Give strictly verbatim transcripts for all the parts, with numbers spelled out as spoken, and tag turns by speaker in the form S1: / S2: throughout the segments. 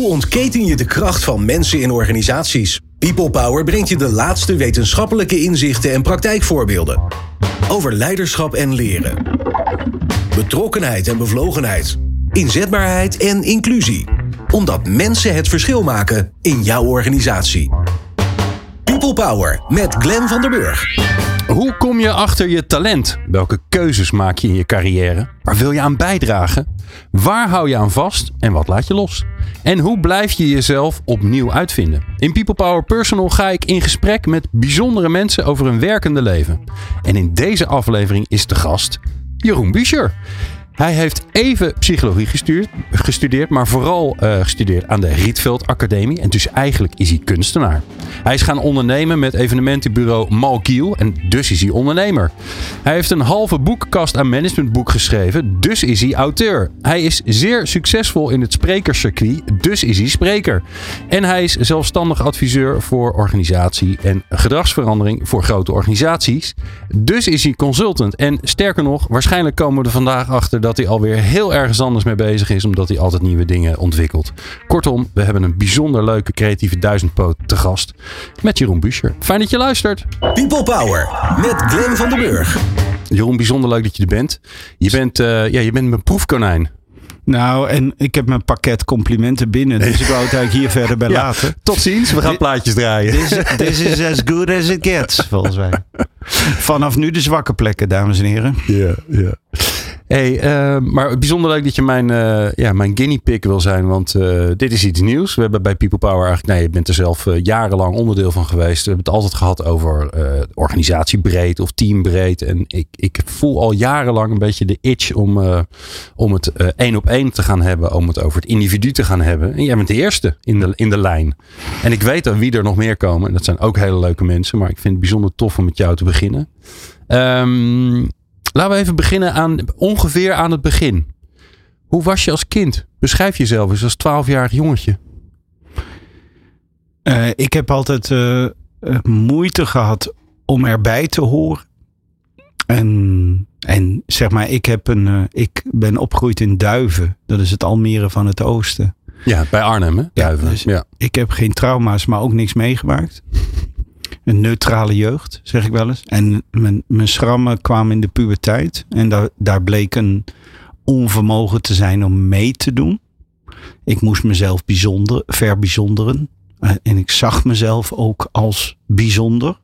S1: ontketen je de kracht van mensen in organisaties? People Power brengt je de laatste wetenschappelijke inzichten en praktijkvoorbeelden. Over leiderschap en leren. Betrokkenheid en bevlogenheid. Inzetbaarheid en inclusie. Omdat mensen het verschil maken in jouw organisatie. People Power met Glenn van der Burg.
S2: Hoe kom je achter je talent? Welke keuzes maak je in je carrière? Waar wil je aan bijdragen? Waar hou je aan vast en wat laat je los? En hoe blijf je jezelf opnieuw uitvinden? In People Power Personal ga ik in gesprek met bijzondere mensen over hun werkende leven. En in deze aflevering is de gast Jeroen Buescher. Hij heeft even psychologie gestudeerd, gestudeerd maar vooral uh, gestudeerd aan de Rietveld Academie. En dus eigenlijk is hij kunstenaar. Hij is gaan ondernemen met evenementenbureau Malkiel en dus is hij ondernemer. Hij heeft een halve boekkast aan managementboek geschreven, dus is hij auteur. Hij is zeer succesvol in het sprekerscircuit, dus is hij spreker. En hij is zelfstandig adviseur voor organisatie en gedragsverandering voor grote organisaties. Dus is hij consultant. En sterker nog, waarschijnlijk komen we er vandaag achter dat hij alweer heel ergens anders mee bezig is, omdat hij altijd nieuwe dingen ontwikkelt. Kortom, we hebben een bijzonder leuke creatieve duizendpoot te gast met Jeroen Buescher. Fijn dat je luistert.
S1: People Power met Glenn van der Burg.
S2: Jeroen, bijzonder leuk dat je er bent. Je bent, uh, ja, je bent mijn proefkonijn.
S3: Nou, en ik heb mijn pakket complimenten binnen. Dus ik wou het eigenlijk hier verder bij ja, laten.
S2: Tot ziens, we gaan dit, plaatjes draaien.
S3: This is as good as it gets, volgens mij. Vanaf nu de zwakke plekken, dames en heren.
S2: Ja, ja. Hey, uh, maar bijzonder leuk dat je mijn, uh, ja, mijn guinea pig wil zijn. Want uh, dit is iets nieuws. We hebben bij People Power eigenlijk... Nee, je bent er zelf uh, jarenlang onderdeel van geweest. We hebben het altijd gehad over uh, organisatiebreed of teambreed. En ik, ik voel al jarenlang een beetje de itch om, uh, om het uh, één op één te gaan hebben. Om het over het individu te gaan hebben. En jij bent de eerste in de, in de lijn. En ik weet dan wie er nog meer komen. En dat zijn ook hele leuke mensen. Maar ik vind het bijzonder tof om met jou te beginnen. Um, Laten we even beginnen aan ongeveer aan het begin. Hoe was je als kind? Beschrijf jezelf eens als twaalfjarig jongetje.
S3: Uh, ik heb altijd uh, uh, moeite gehad om erbij te horen. En, en zeg maar, ik, heb een, uh, ik ben opgegroeid in Duiven. Dat is het Almere van het Oosten.
S2: Ja, bij Arnhem, hè? Duiven.
S3: Ja, dus
S2: ja.
S3: Ik heb geen trauma's, maar ook niks meegemaakt. Een neutrale jeugd, zeg ik wel eens. En mijn, mijn schrammen kwamen in de puberteit. En daar, daar bleek een onvermogen te zijn om mee te doen. Ik moest mezelf bijzonder, verbijzonderen. Uh, en ik zag mezelf ook als bijzonder.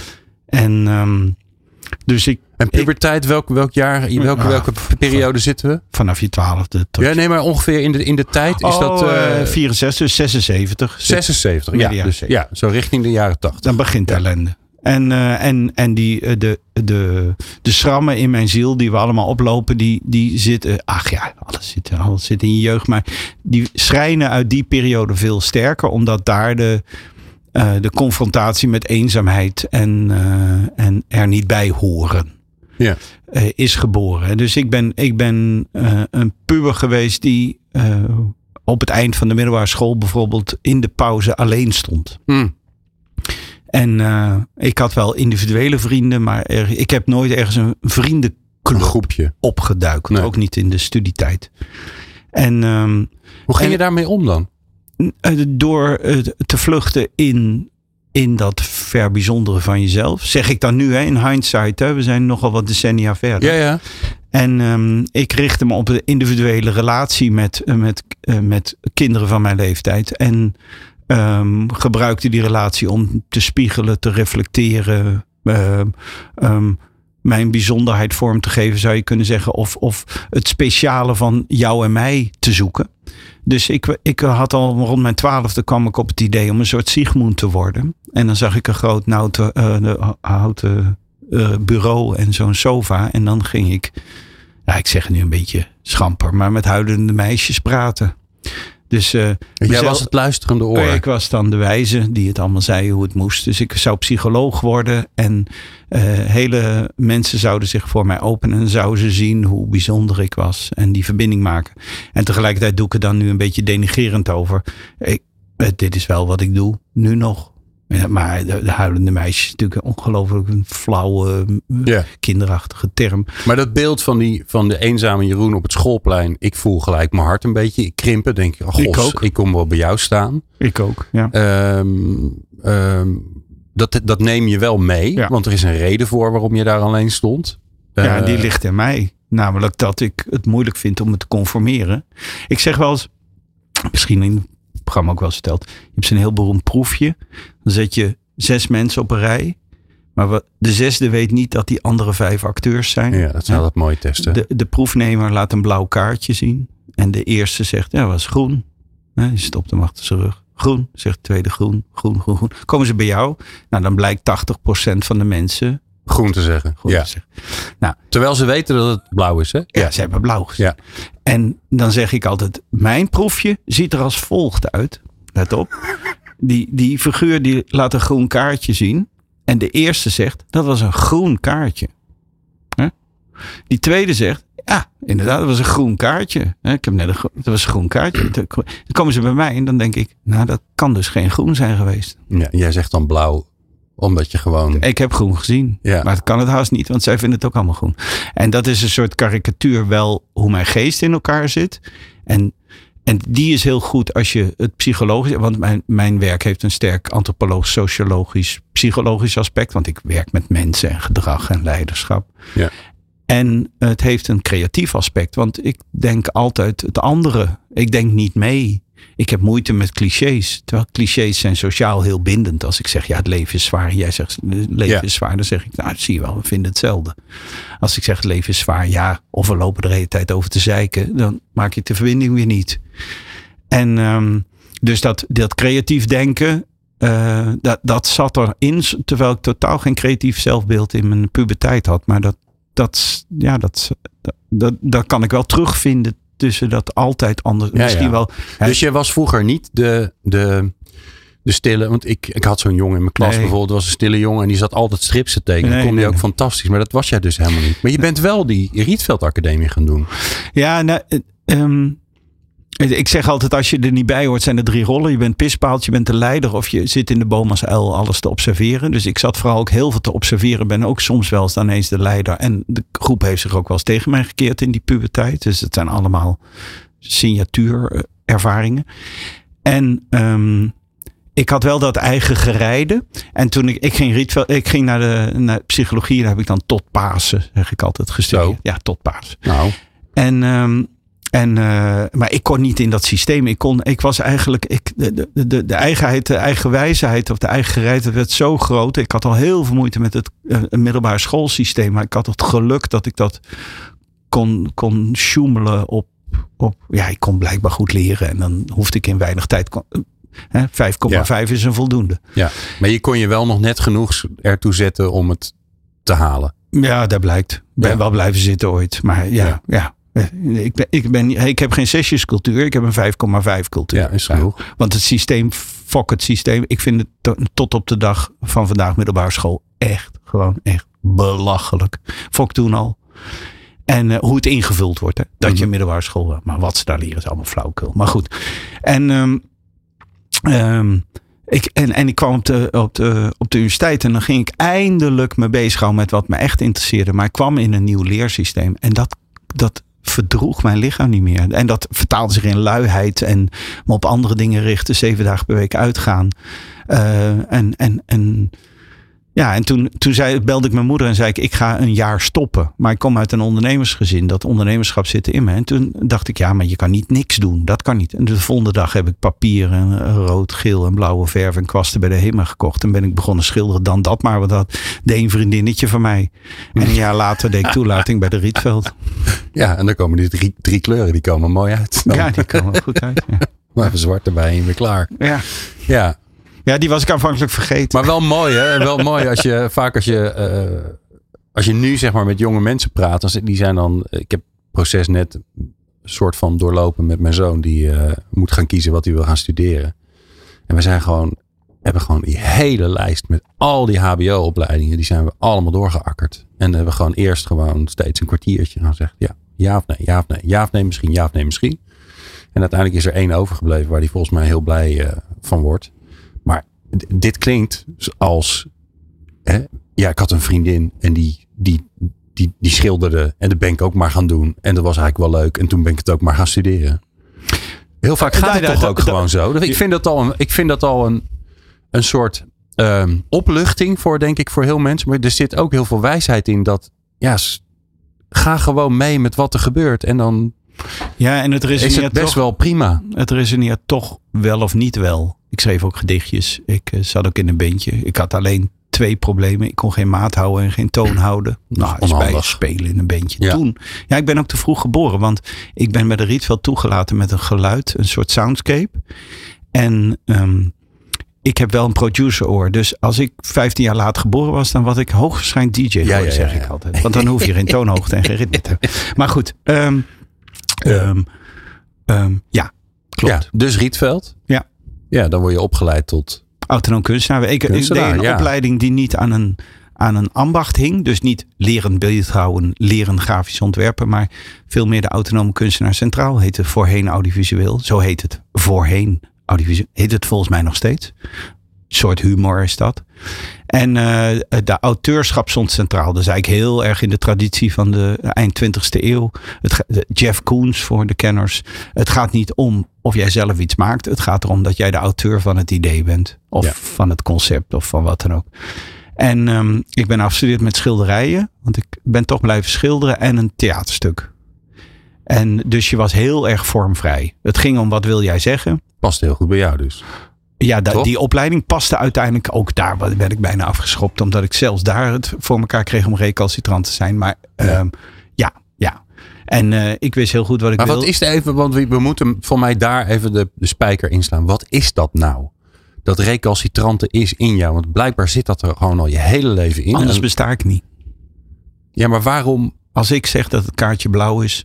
S3: En um, dus ik...
S2: En puberteit, welk, welk jaar, in welke, ah, welke periode van, zitten we?
S3: Vanaf je twaalfde. Tot
S2: ja, nee, maar ongeveer in de, in de tijd is
S3: oh,
S2: dat... Uh,
S3: vierenzestig, dus zesenzeventig.
S2: zesenzeventig, ja, ja, dus, ja. Zo richting de jaren tachtig.
S3: Dan begint de ellende. En, uh, en, en die, de, de, de schrammen in mijn ziel die we allemaal oplopen, die, die zitten... Ach ja, alles zit, alles zit in je jeugd. Maar die schrijnen uit die periode veel sterker. Omdat daar de, uh, de confrontatie met eenzaamheid en, uh, en er niet bij horen... Ja. Uh, is geboren. Dus ik ben, ik ben uh, een puber geweest die uh, op het eind van de middelbare school bijvoorbeeld in de pauze alleen stond. Mm. En uh, ik had wel individuele vrienden, maar er, ik heb nooit ergens een vriendenclub
S2: een groepje
S3: opgeduikt. Nee. Ook niet in de studietijd. En, um,
S2: Hoe ging
S3: en,
S2: je daarmee om dan?
S3: Uh, door uh, te vluchten in... in dat verbijzonderen van jezelf. Zeg ik dan nu hè, in hindsight. Hè? We zijn nogal wat decennia verder.
S2: Ja, ja.
S3: En um, ik richtte me op een individuele relatie met, uh, met, uh, met kinderen van mijn leeftijd. En um, gebruikte die relatie om te spiegelen, te reflecteren. Uh, um, mijn bijzonderheid vorm te geven, zou je kunnen zeggen. Of, of het speciale van jou en mij te zoeken. Dus ik, ik had al rond mijn twaalfde kwam ik op het idee om een soort Sigmund te worden. En dan zag ik een groot houten, uh, houten uh, bureau en zo'n sofa. En dan ging ik, ja, ik zeg het nu een beetje schamper, maar met huilende meisjes praten. Dus, uh,
S2: Jij mezelf, was het luisterende oor.
S3: Ik was dan de wijze die het allemaal zei hoe het moest. Dus ik zou psycholoog worden. En uh, hele mensen zouden zich voor mij openen. En zouden ze zien hoe bijzonder ik was. En die verbinding maken. En tegelijkertijd doe ik er dan nu een beetje denigrerend over. Ik, uh, dit is wel wat ik doe. Nu nog. Ja, maar de, de huilende meisje is natuurlijk een ongelooflijk een flauwe,
S2: ja.
S3: kinderachtige term.
S2: Maar dat beeld van, die, van de eenzame Jeroen op het schoolplein. Ik voel gelijk mijn hart een beetje krimpen. Denk ik, oh, gos, ik, ook. ik kom wel bij jou staan.
S3: Ik ook, ja.
S2: Um, um, dat, dat neem je wel mee. Ja. Want er is een reden voor waarom je daar alleen stond.
S3: Ja, uh, die ligt in mij. Namelijk dat ik het moeilijk vind om me te conformeren. Ik zeg wel eens, misschien in het programma ook wel eens verteld. Je hebt zo'n heel beroemd proefje. Dan zet je zes mensen op een rij. Maar wat, de zesde weet niet dat die andere vijf acteurs zijn.
S2: Ja, dat zijn dat mooie testen.
S3: De, de proefnemer laat een blauw kaartje zien. En de eerste zegt, ja, was groen. Die stopt hem achter zijn rug. Groen, zegt de tweede groen, groen, groen, groen. Komen ze bij jou? Nou, dan blijkt tachtig procent van de mensen
S2: groen te zeggen.
S3: Groen
S2: ja.
S3: te zeggen. Nou,
S2: terwijl ze weten dat het blauw is, hè?
S3: Ja, ja. Ze hebben blauw gezien.
S2: Ja.
S3: En dan zeg ik altijd, mijn proefje ziet er als volgt uit. Let op. Die, die figuur die laat een groen kaartje zien. En de eerste zegt, dat was een groen kaartje. He? Die tweede zegt, ja, inderdaad, dat was een groen kaartje. He? Ik heb net een, dat was een groen kaartje. Dan komen ze bij mij en dan denk ik, nou, dat kan dus geen groen zijn geweest.
S2: Ja, jij zegt dan blauw, omdat je gewoon...
S3: Ik heb groen gezien, ja. Maar het kan het haast niet, want zij vinden het ook allemaal groen. En dat is een soort karikatuur wel hoe mijn geest in elkaar zit. En... En die is heel goed als je het psychologisch... Want mijn, mijn werk heeft een sterk antropologisch, sociologisch, psychologisch aspect. Want ik werk met mensen en gedrag en leiderschap.
S2: Ja.
S3: En het heeft een creatief aspect. Want ik denk altijd het andere. Ik denk niet mee. Ik heb moeite met clichés. Terwijl clichés zijn sociaal heel bindend. Als ik zeg, ja, het leven is zwaar. En jij zegt, het leven ja. is zwaar. Dan zeg ik, nou, zie je wel, we vinden hetzelfde. Als ik zeg, het leven is zwaar. Ja, of we lopen er de hele tijd over te zeiken. Dan maak je de verbinding weer niet. En um, dus dat, dat creatief denken, uh, dat, dat zat erin. Terwijl ik totaal geen creatief zelfbeeld in mijn puberteit had. Maar dat, dat, ja, dat, dat, dat, dat kan ik wel terugvinden. Tussen dat altijd anders.
S2: Ja,
S3: misschien
S2: ja.
S3: wel.
S2: Dus je was vroeger niet de, de, de stille. Want ik, ik had zo'n jongen in mijn klas nee. bijvoorbeeld. Was een stille jongen en die zat altijd strips te tekenen. Nee, dat kon nee, die ook nee. fantastisch. Maar dat was jij dus helemaal niet. Maar je bent wel die Rietveld Academie gaan doen.
S3: Ja, nou, um, ik zeg altijd, als je er niet bij hoort, zijn er drie rollen. Je bent pispaaltje, je bent de leider of je zit in de boom als uil alles te observeren. Dus ik zat vooral ook heel veel te observeren. Ben ook soms wel eens dan eens de leider. En de groep heeft zich ook wel eens tegen mij gekeerd in die puberteit. Dus het zijn allemaal signatuurervaringen. En um, ik had wel dat eigen gerijden. En toen ik, ik ging Rietveld, ik ging naar de naar psychologie. Daar heb ik dan tot Pasen, zeg ik altijd, gestudeerd.
S2: Zo.
S3: Ja, tot Pasen.
S2: Nou.
S3: En... Um, En, uh, maar ik kon niet in dat systeem. Ik, kon, ik was eigenlijk. Ik, de, de, de, de eigenheid, de eigen wijsheid of de eigen gereidheid werd zo groot. Ik had al heel veel moeite met het uh, middelbaar schoolsysteem. Maar ik had het geluk dat ik dat kon, kon sjoemelen op, op. Ja, ik kon blijkbaar goed leren. En dan hoefde ik in weinig tijd. Uh, vijf komma vijf ja. is een voldoende.
S2: Ja, maar je kon je wel nog net genoeg ertoe zetten om het te halen.
S3: Ja, dat blijkt. Ik ben ja. wel blijven zitten ooit. Maar ja, ja. ja. Ik, ben, ik, ben, ik heb geen zesjescultuur, ik heb een vijf komma vijf cultuur.
S2: Ja, is genoeg.
S3: Ja, want het systeem, fok het systeem. Ik vind het to, tot op de dag van vandaag middelbare school echt, gewoon echt belachelijk. Fok toen al. En uh, hoe het ingevuld wordt. Hè? Dat mm-hmm. je middelbare school, maar wat ze daar leren is allemaal flauwekul. Maar goed. En, um, um, ik, en, en ik kwam op de, op, de, op de universiteit en dan ging ik eindelijk me bezighouden met wat me echt interesseerde. Maar ik kwam in een nieuw leersysteem en dat, dat verdroeg mijn lichaam niet meer. En dat vertaalde zich in luiheid en me op andere dingen richten, zeven dagen per week uitgaan. Uh, en, en, en ja, en toen, toen zei, belde ik mijn moeder en zei ik, ik ga een jaar stoppen. Maar ik kom uit een ondernemersgezin. Dat ondernemerschap zit in me. En toen dacht ik, ja, maar je kan niet niks doen. Dat kan niet. En de volgende dag heb ik papier en rood, geel en blauwe verf en kwasten bij de HEMA gekocht. En ben ik begonnen schilderen. Dan dat maar, want dat deed een vriendinnetje van mij. En een jaar later deed ik toelating bij de Rietveld.
S2: Ja, en dan komen die drie, drie kleuren, die komen mooi uit. Dan.
S3: Ja, die komen goed uit. Ja.
S2: Maar even zwart erbij en weer klaar.
S3: Ja.
S2: Ja.
S3: Ja, die was ik aanvankelijk vergeten.
S2: Maar wel mooi, hè? Wel mooi als je vaak als je uh, als je nu zeg maar met jonge mensen praat, dan die zijn dan. Ik heb het proces net een soort van doorlopen met mijn zoon die uh, moet gaan kiezen wat hij wil gaan studeren. En we zijn gewoon hebben gewoon die hele lijst met al die H B O-opleidingen, die zijn we allemaal doorgeakkerd. En dan hebben we gewoon eerst gewoon steeds een kwartiertje gaan zeggen, ja, ja of nee, ja of nee, ja of nee, misschien, ja of nee, misschien. En uiteindelijk is er één overgebleven waar hij volgens mij heel blij uh, van wordt. Maar d- dit klinkt als... Hè, ja, ik had een vriendin en die, die, die, die schilderde. En dat ben ik ook maar gaan doen. En dat was eigenlijk wel leuk. En toen ben ik het ook maar gaan studeren. Heel vaak gaat het
S3: Ja,
S2: toch
S3: dat-
S2: ook
S3: dat-
S2: gewoon zo. Ik vind dat al een, ik vind dat al een, een soort um, opluchting voor, denk ik, voor heel mensen. Maar er zit ook heel veel wijsheid in dat... Ja, s- ga gewoon mee met wat er gebeurt. En dan
S3: Ja, en het
S2: is
S3: resoneert
S2: het best
S3: toch,
S2: wel prima.
S3: het resoneert toch wel of niet wel. Ik schreef ook gedichtjes. Ik uh, zat ook in een bandje. Ik had alleen twee problemen. Ik kon geen maat houden en geen toon houden. Nou, is bij
S2: onhandig.
S3: spelen in een bandje.
S2: Ja.
S3: Toen. Ja, ik ben ook te vroeg geboren. Want ik ben bij de Rietveld toegelaten met een geluid. Een soort soundscape. En um, ik heb wel een produceroor. Dus als ik vijftien jaar later geboren was, dan was ik hoogstwaarschijnlijk D J.
S2: Ja,
S3: geworden,
S2: ja,
S3: zeg
S2: ja,
S3: ik
S2: ja.
S3: altijd. Want dan hoef je geen toonhoogte en geen ritme te hebben. Maar goed. Um, um, um, ja, klopt.
S2: Ja, dus Rietveld.
S3: Ja.
S2: Ja, dan word je opgeleid tot...
S3: Autonoom kunstenaar. Ik, ik
S2: Kunstenaar,
S3: deed een
S2: ja.
S3: opleiding die niet aan een, aan een ambacht hing. Dus niet leren beeldhouden, leren grafisch ontwerpen. Maar veel meer de autonome kunstenaar centraal. Heette voorheen audiovisueel. Zo heet het voorheen audiovisueel. Heet het volgens mij nog steeds. Een soort humor is dat. En uh, de auteurschap stond centraal. Dus eigenlijk heel erg in de traditie van de eind twintigste eeuw. Het, ga- de Jeff Koons voor de kenners. Het gaat niet om of jij zelf iets maakt. Het gaat erom dat jij de auteur van het idee bent. Of
S2: Ja.
S3: van het concept of van wat dan ook. En um, ik ben afgestudeerd met schilderijen. Want ik ben toch blijven schilderen. En een theaterstuk. En dus je was heel erg vormvrij. Het ging om wat wil jij zeggen.
S2: Past heel goed bij jou dus.
S3: Ja, da-
S2: Toch?
S3: die opleiding paste uiteindelijk ook daar. werd ik bijna afgeschopt. Omdat ik zelfs daar het voor elkaar kreeg om recalcitrant te zijn. Maar
S2: Ja.
S3: ja, um, ja, ja. En uh, ik wist heel goed wat ik
S2: Maar
S3: wilde.
S2: wat is het even, want we, we moeten voor mij daar even de, de spijker inslaan. Wat is dat nou? Dat recalcitrante is in jou. Want blijkbaar zit dat er gewoon al je hele leven in.
S3: Anders
S2: En-
S3: besta ik niet.
S2: ja, maar waarom?
S3: Als ik zeg dat het kaartje blauw is,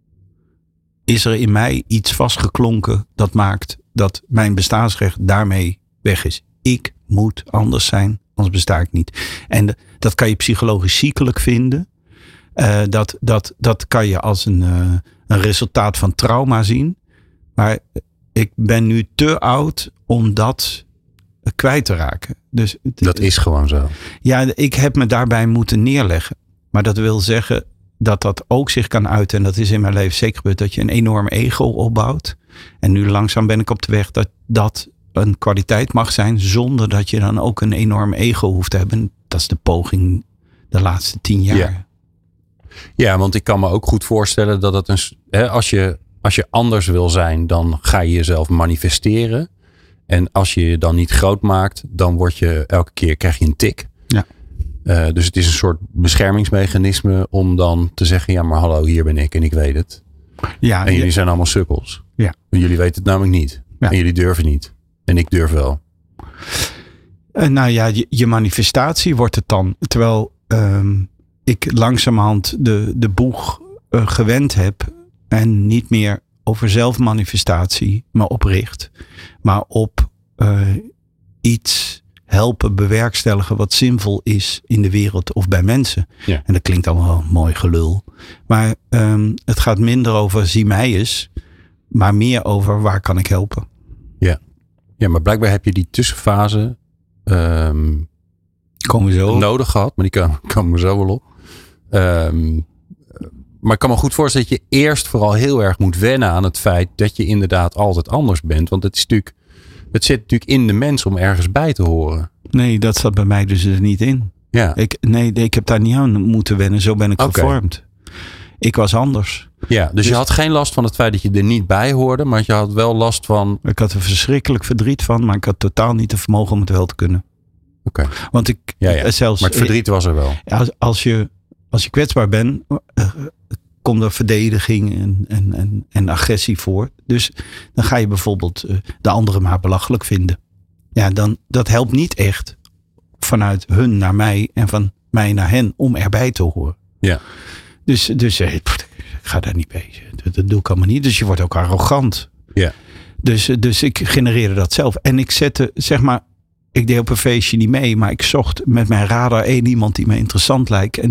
S3: is er in mij iets vastgeklonken dat maakt dat mijn bestaansrecht daarmee weg is. Ik moet anders zijn, anders besta ik niet. En de- dat kan je psychologisch ziekelijk vinden. Uh, dat, dat, dat kan je als een, uh, een resultaat van trauma zien. Maar ik ben nu te oud om dat kwijt te raken. Dus het-
S2: Dat is gewoon zo.
S3: ja, ik heb me daarbij moeten neerleggen. Maar dat wil zeggen dat dat ook zich kan uiten. En dat is in mijn leven zeker gebeurd. Dat je een enorm ego opbouwt. En nu langzaam ben ik op de weg dat dat een kwaliteit mag zijn. Zonder dat je dan ook een enorm ego hoeft te hebben. Dat is de poging de laatste tien jaar.
S2: Ja. Ja, want ik kan me ook goed voorstellen dat het een... s- Hè, als, je, als je anders wil zijn, dan ga je jezelf manifesteren. En als je je dan niet groot maakt, dan word je elke keer krijg je een tik.
S3: Ja.
S2: Uh, dus het is een soort beschermingsmechanisme om dan te zeggen, ja maar hallo, hier ben ik en ik weet het.
S3: Ja,
S2: En jullie
S3: ja,
S2: zijn allemaal sukkels.
S3: Ja.
S2: En jullie weten het namelijk niet.
S3: Ja.
S2: En jullie durven niet. En ik durf wel.
S3: Uh, nou ja, je, je manifestatie wordt het dan. Terwijl um, ik langzamerhand de, de boeg uh, gewend heb. En niet meer over zelfmanifestatie me opricht. Maar op uh, iets helpen bewerkstelligen wat zinvol is in de wereld of bij mensen.
S2: Ja.
S3: En dat klinkt allemaal mooi gelul. Maar um, het gaat minder over zie mij eens. Maar meer over waar kan ik helpen.
S2: Ja, ja maar blijkbaar heb je die tussenfase um,
S3: Komen we zo.
S2: nodig gehad. Maar die kan, kan we zo wel op. Um, maar ik kan me goed voorstellen dat je eerst vooral heel erg moet wennen aan het feit dat je inderdaad altijd anders bent. Want het is natuurlijk, het zit natuurlijk in de mens om ergens bij te horen.
S3: Nee, dat zat bij mij dus er niet in.
S2: Ja.
S3: Ik, nee, ik heb daar niet aan moeten wennen. Zo ben ik
S2: Okay.
S3: gevormd. Ik was anders.
S2: Ja, dus, dus je had geen last van het feit dat je er niet bij hoorde. Maar je had wel last van...
S3: Ik had er verschrikkelijk verdriet van. Maar ik had totaal niet het vermogen om het wel te kunnen.
S2: Oké. Okay.
S3: Want ik
S2: ja, ja.
S3: zelfs...
S2: Maar het verdriet was er wel.
S3: Als, als, je, als je kwetsbaar bent... Uh, komt er verdediging en, en, en, en agressie voor. Dus dan ga je bijvoorbeeld uh, de anderen maar belachelijk vinden. Ja, dan, dat helpt niet echt vanuit hun naar mij en van mij naar hen om erbij te horen.
S2: Ja.
S3: Dus, dus uh, ik ga daar niet bij. Dat, dat doe ik allemaal niet. Dus je wordt ook arrogant.
S2: Ja.
S3: Dus, dus ik genereerde dat zelf. En ik zette, zeg maar, ik deed op een feestje niet mee, maar ik zocht met mijn radar één iemand die me interessant lijkt. En die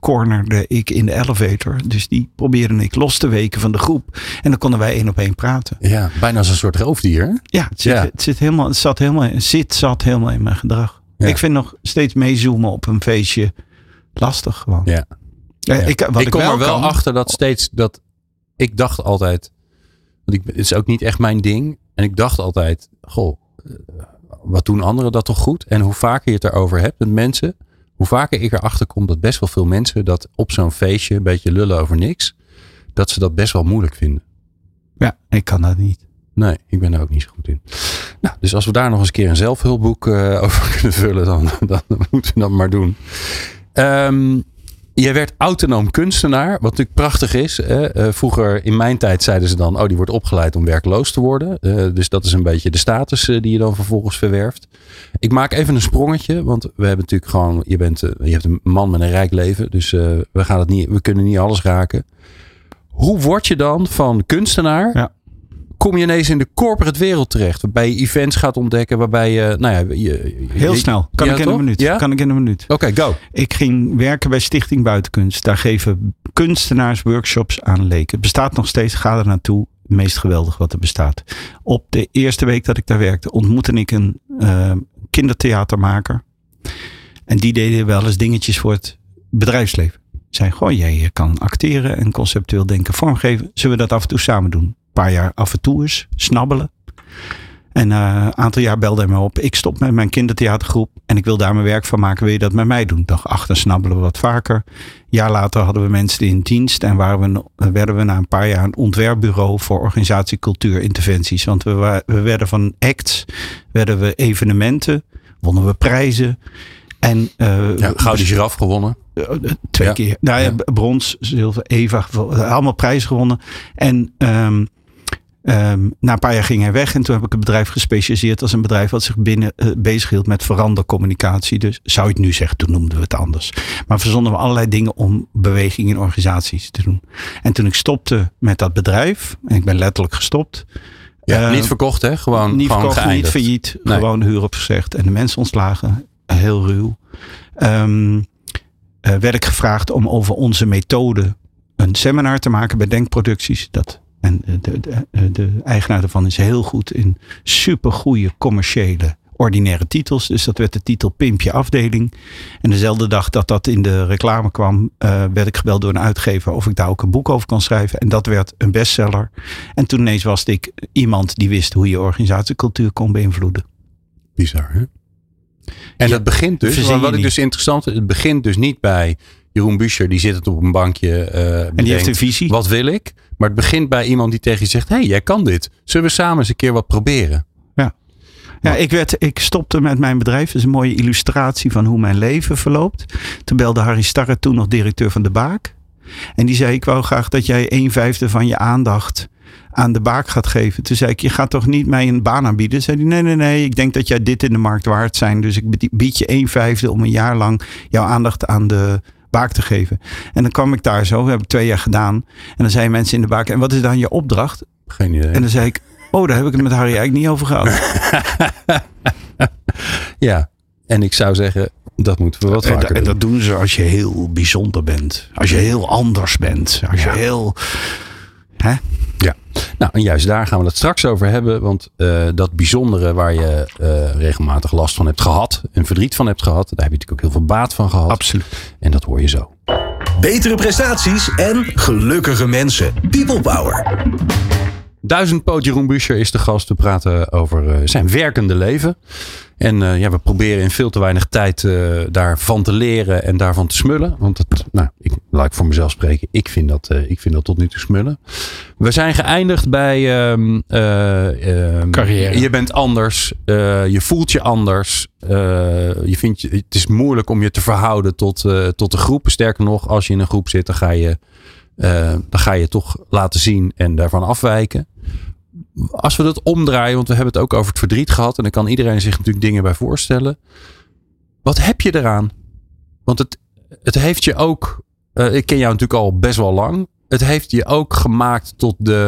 S3: cornerde ik in de elevator. Dus die probeerde ik los te weken van de groep. En dan konden wij één op één praten.
S2: Ja, bijna als een soort roofdier.
S3: Ja, het zit,
S2: Ja.
S3: Het zit helemaal, het zat helemaal, het zit, zat helemaal in mijn gedrag.
S2: Ja.
S3: Ik vind nog steeds meezoomen op een feestje lastig gewoon.
S2: Ja.
S3: Ja,
S2: Ja.
S3: Ik, wat
S2: ik
S3: ik
S2: kom
S3: wel
S2: er wel
S3: kan,
S2: achter dat steeds dat ik dacht altijd, want ik, het is ook niet echt mijn ding. En ik dacht altijd, goh, eh, wat doen anderen dat toch goed? En hoe vaker je het erover hebt met mensen, hoe vaker ik erachter kom dat best wel veel mensen dat op zo'n feestje een beetje lullen over niks, dat ze dat best wel moeilijk vinden.
S3: Ja, ik kan dat niet.
S2: Nee, ik ben er ook niet zo goed in. Nou, dus als we daar nog eens een keer een zelfhulpboek uh, over kunnen vullen, dan, dan moeten we dat maar doen. Um, Jij werd autonoom kunstenaar, wat natuurlijk prachtig is. Hè? Uh, vroeger in mijn tijd zeiden ze dan, oh, die wordt opgeleid om werkloos te worden. Uh, dus dat is een beetje de status uh, die je dan vervolgens verwerft. Ik maak even een sprongetje, want we hebben natuurlijk gewoon, je bent, uh, je hebt een man met een rijk leven, dus uh, we gaan het niet, we kunnen niet alles raken. Hoe word je dan van kunstenaar?
S3: Ja.
S2: Kom je ineens in de corporate wereld terecht, waarbij je events gaat ontdekken, waarbij je, nou ja, je,
S3: Heel
S2: je,
S3: snel. Kan
S2: ja,
S3: ik in
S2: toch?
S3: een minuut.
S2: Ja?
S3: Kan ik in een minuut.
S2: Oké, okay, go.
S3: Ik ging werken bij Stichting Buitenkunst. Daar geven kunstenaars workshops aan leken. Het bestaat nog steeds. Ga er naartoe. Het meest geweldig wat er bestaat. Op de eerste week dat ik daar werkte ontmoette ik een uh, kindertheatermaker. En die deden wel eens dingetjes voor het bedrijfsleven. Zei, goh, jij kan acteren en conceptueel denken vormgeven. Zullen we dat af en toe samen doen? Een paar jaar af en toe eens snabbelen. En een uh, aantal jaar belde hij me op. Ik stop met mijn kindertheatergroep en ik wil daar mijn werk van maken. Wil je dat met mij doen? Dag achter snabbelen we wat vaker. Een jaar later hadden we mensen in dienst. En waren we, werden we na een paar jaar een ontwerpbureau voor organisatie, cultuur, interventies. Want we, we werden van acts, werden we evenementen, wonnen we prijzen. En, uh,
S2: ja, Gouden Giraffe gewonnen.
S3: Uh, twee ja. keer. Nou ja, ja, brons, zilver, Eva, allemaal prijzen gewonnen. En um, Um, na een paar jaar ging hij weg en toen heb ik een bedrijf gespecialiseerd als een bedrijf wat zich binnen uh, bezighield met verandercommunicatie. Dus zou je het nu zeggen, toen noemden we het anders. Maar verzonnen we allerlei dingen om beweging in organisaties te doen. En toen ik stopte met dat bedrijf, en ik ben letterlijk gestopt.
S2: Ja,
S3: uh,
S2: niet verkocht hè? Gewoon,
S3: niet
S2: gewoon
S3: verkocht,
S2: geëindigd.
S3: niet failliet.
S2: Nee.
S3: Gewoon de huur opgezegd en de mensen ontslagen. Heel ruw. Um, uh, werd ik gevraagd om over onze methode een seminar te maken bij Denkproducties. Dat En de, de, de eigenaar daarvan is heel goed in supergoeie commerciële ordinaire titels. Dus dat werd de titel Pimpje Afdeling. En dezelfde dag dat dat in de reclame kwam, uh, werd ik gebeld door een uitgever of ik daar ook een boek over kan schrijven. En dat werd een bestseller. En toen ineens was ik iemand die wist hoe je organisatiecultuur kon beïnvloeden.
S2: Bizar, hè? En ja, dat begint dus, wat ik niet. dus interessant, het begint dus niet bij Jeroen Buescher, die zit het op een bankje. Uh,
S3: en die
S2: bedenkt,
S3: heeft een visie.
S2: Wat wil ik? Maar het begint bij iemand die tegen je zegt, hé, hey, jij kan dit. Zullen we samen eens een keer wat proberen?
S3: Ja, ja ik, werd, ik stopte met mijn bedrijf. Dat is een mooie illustratie van hoe mijn leven verloopt. Toen belde Harry Starre, toen nog directeur van De Baak. En die zei, ik wou graag dat jij een vijfde van je aandacht aan De Baak gaat geven. Toen zei ik, je gaat toch niet mij een baan aanbieden? Zei hij, nee, nee, nee. Ik denk dat jij dit in de markt waard zijn. Dus ik bied je een vijfde om een jaar lang jouw aandacht aan de Baak te geven. En dan kwam ik daar zo, dat heb ik twee jaar gedaan. En dan zeiden mensen in De Baak, en wat is dan je opdracht?
S2: Geen idee.
S3: En dan zei ik, oh, daar heb ik het met Harry eigenlijk niet over gehad.
S2: Ja, en ik zou zeggen, dat moeten we wat vaker
S3: en,
S2: doen.
S3: En dat doen ze als je heel bijzonder bent. Als je heel anders bent. Als je
S2: ja.
S3: heel... Hè?
S2: Ja, nou en juist daar gaan we het straks over hebben. Want uh, dat bijzondere waar je uh, regelmatig last van hebt gehad. En verdriet van hebt gehad. Daar heb je natuurlijk ook heel veel baat van gehad.
S3: Absoluut.
S2: En dat hoor je zo.
S1: Betere prestaties en gelukkige mensen. People Power.
S2: Duizendpoot Jeroen Buescher is de gast. We praten over uh, zijn werkende leven. En uh, ja, we proberen in veel te weinig tijd uh, daarvan te leren en daarvan te smullen. Want het, nou, ik, laat ik voor mezelf spreken. Ik vind dat, uh, ik vind dat tot nu toe smullen. We zijn geëindigd bij um, uh, um,
S3: carrière.
S2: Je bent anders. Uh, je voelt je anders. Uh, je vindt je, het is moeilijk om je te verhouden tot, uh, tot de groep. Sterker nog, als je in een groep zit, dan ga je, uh, dan ga je toch laten zien en daarvan afwijken. Als we dat omdraaien, want we hebben het ook over het verdriet gehad. En dan kan iedereen zich natuurlijk dingen bij voorstellen. Wat heb je eraan? Want het, het heeft je ook... Uh, ik ken jou natuurlijk al best wel lang. Het heeft je ook gemaakt tot de
S3: ja.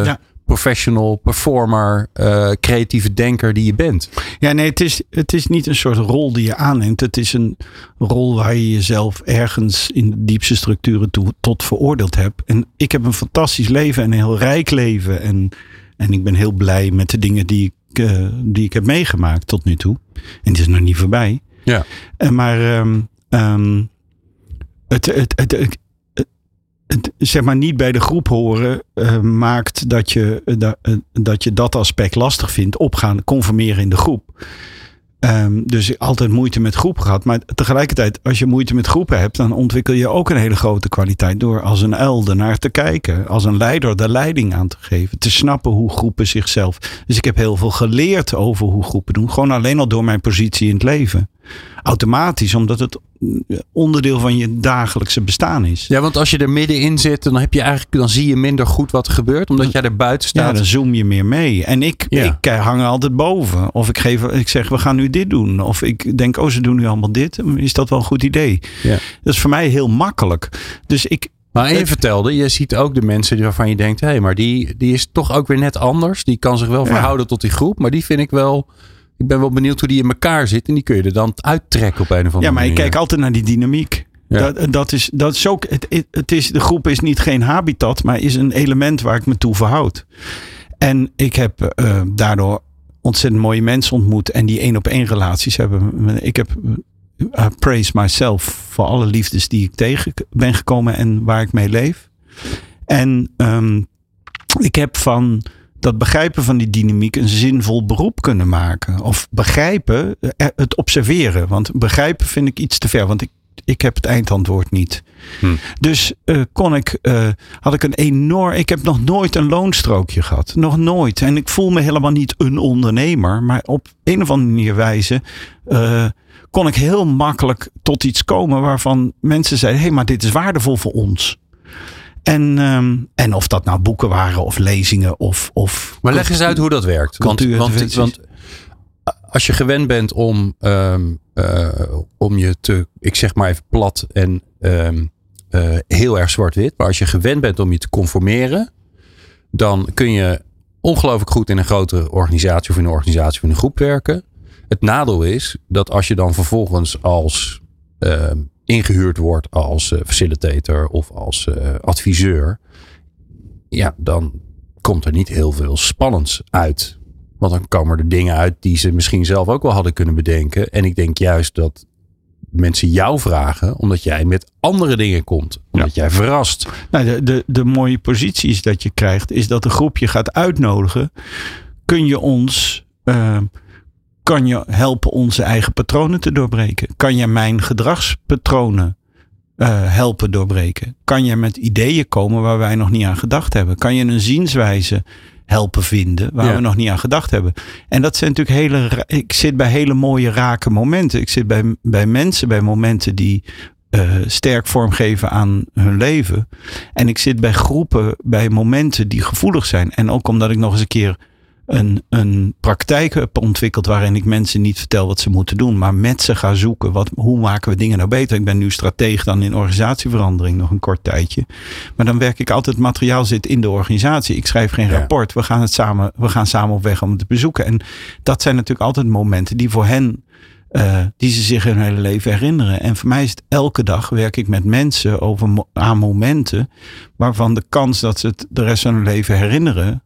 S2: professional, performer, uh, creatieve denker die je bent.
S3: Ja, nee, het is, het is niet een soort rol die je aanneemt. Het is een rol waar je jezelf ergens in de diepste structuren toe tot veroordeeld hebt. En ik heb een fantastisch leven en een heel rijk leven. En, en ik ben heel blij met de dingen die ik, uh, die ik heb meegemaakt tot nu toe. En die is nog niet voorbij.
S2: Ja.
S3: Uh, maar um, um, het, het, het, het, het, het zeg maar niet bij de groep horen uh, maakt dat je, uh, uh, dat je dat aspect lastig vindt. Opgaan, conformeren in de groep. Um, dus altijd moeite met groep gehad. Maar tegelijkertijd, als je moeite met groepen hebt, dan ontwikkel je ook een hele grote kwaliteit door als een uil ernaar te kijken. Als een leider de leiding aan te geven. Te snappen hoe groepen zichzelf. Dus ik heb heel veel geleerd over hoe groepen doen. Gewoon alleen al door mijn positie in het leven. Automatisch, omdat het onderdeel van je dagelijkse bestaan is.
S2: Ja, want als je er middenin zit, dan heb je eigenlijk, dan zie je minder goed wat er gebeurt, omdat jij er buiten staat.
S3: Ja, dan zoom je meer mee. En ik, ja. ik hang er altijd boven. Of ik geef, ik zeg, we gaan nu dit doen. Of ik denk, oh, ze doen nu allemaal dit. Is dat wel een goed idee? Ja. Dat is voor mij heel makkelijk. Dus ik.
S2: Maar je vertelde, je ziet ook de mensen waarvan je denkt, hé, hey, maar die, die is toch ook weer net anders. Die kan zich wel verhouden ja. tot die groep, maar die vind ik wel. Ik ben wel benieuwd hoe die in elkaar zit. En die kun je er dan uittrekken op een of andere manier.
S3: Ja, maar ik kijk altijd naar die dynamiek. Ja. Dat, dat, is, dat is ook. Het, het is, de groep is niet geen habitat, maar is een element waar ik me toe verhoud. En ik heb uh, daardoor ontzettend mooie mensen ontmoet. En die één op één relaties hebben. Ik heb uh, praise myself voor alle liefdes die ik tegen ben gekomen en waar ik mee leef. En um, ik heb van dat begrijpen van die dynamiek een zinvol beroep kunnen maken. Of begrijpen, het observeren. Want begrijpen vind ik iets te ver. Want ik, ik heb het eindantwoord niet. Hm. Dus uh, kon ik, uh, had ik een enorm. Ik heb nog nooit een loonstrookje gehad. Nog nooit. En ik voel me helemaal niet een ondernemer. Maar op een of andere manier wijze uh, kon ik heel makkelijk tot iets komen waarvan mensen zeiden, hé, hey, maar dit is waardevol voor ons. En, um, en of dat nou boeken waren of lezingen of. of
S2: maar leg eens uit hoe dat werkt. Want, want, want als je gewend bent om, um, uh, om je te, ik zeg maar even plat en um, uh, heel erg zwart-wit. Maar als je gewend bent om je te conformeren, dan kun je ongelooflijk goed in een grote organisatie of in een organisatie of in een groep werken. Het nadeel is dat als je dan vervolgens als Uh, ingehuurd wordt als uh, facilitator of als uh, adviseur, ja, dan komt er niet heel veel spannends uit. Want dan komen er dingen uit die ze misschien zelf ook wel hadden kunnen bedenken. En ik denk juist dat mensen jou vragen, omdat jij met andere dingen komt. Omdat ja. jij verrast.
S3: Nou, de, de, de mooie posities dat je krijgt, is dat een groep je gaat uitnodigen. Kun je ons Uh, Kan je helpen onze eigen patronen te doorbreken? Kan je mijn gedragspatronen uh, helpen doorbreken? Kan je met ideeën komen waar wij nog niet aan gedacht hebben? Kan je een zienswijze helpen vinden waar ja. we nog niet aan gedacht hebben? En dat zijn natuurlijk hele. Ik zit bij hele mooie rake momenten. Ik zit bij, bij mensen bij momenten die uh, sterk vormgeven aan hun leven. En ik zit bij groepen bij momenten die gevoelig zijn. En ook omdat ik nog eens een keer Een, een praktijk heb ontwikkeld waarin ik mensen niet vertel wat ze moeten doen, maar met ze ga zoeken. Wat, hoe maken we dingen nou beter? Ik ben nu strateeg dan in organisatieverandering nog een kort tijdje. Maar dan werk ik altijd, het materiaal zit in de organisatie. Ik schrijf geen ja. rapport. We gaan, het samen, we gaan samen op weg om het te bezoeken. En dat zijn natuurlijk altijd momenten die voor hen, uh, die ze zich hun hele leven herinneren. En voor mij is het elke dag werk ik met mensen over mo- aan momenten waarvan de kans dat ze het de rest van hun leven herinneren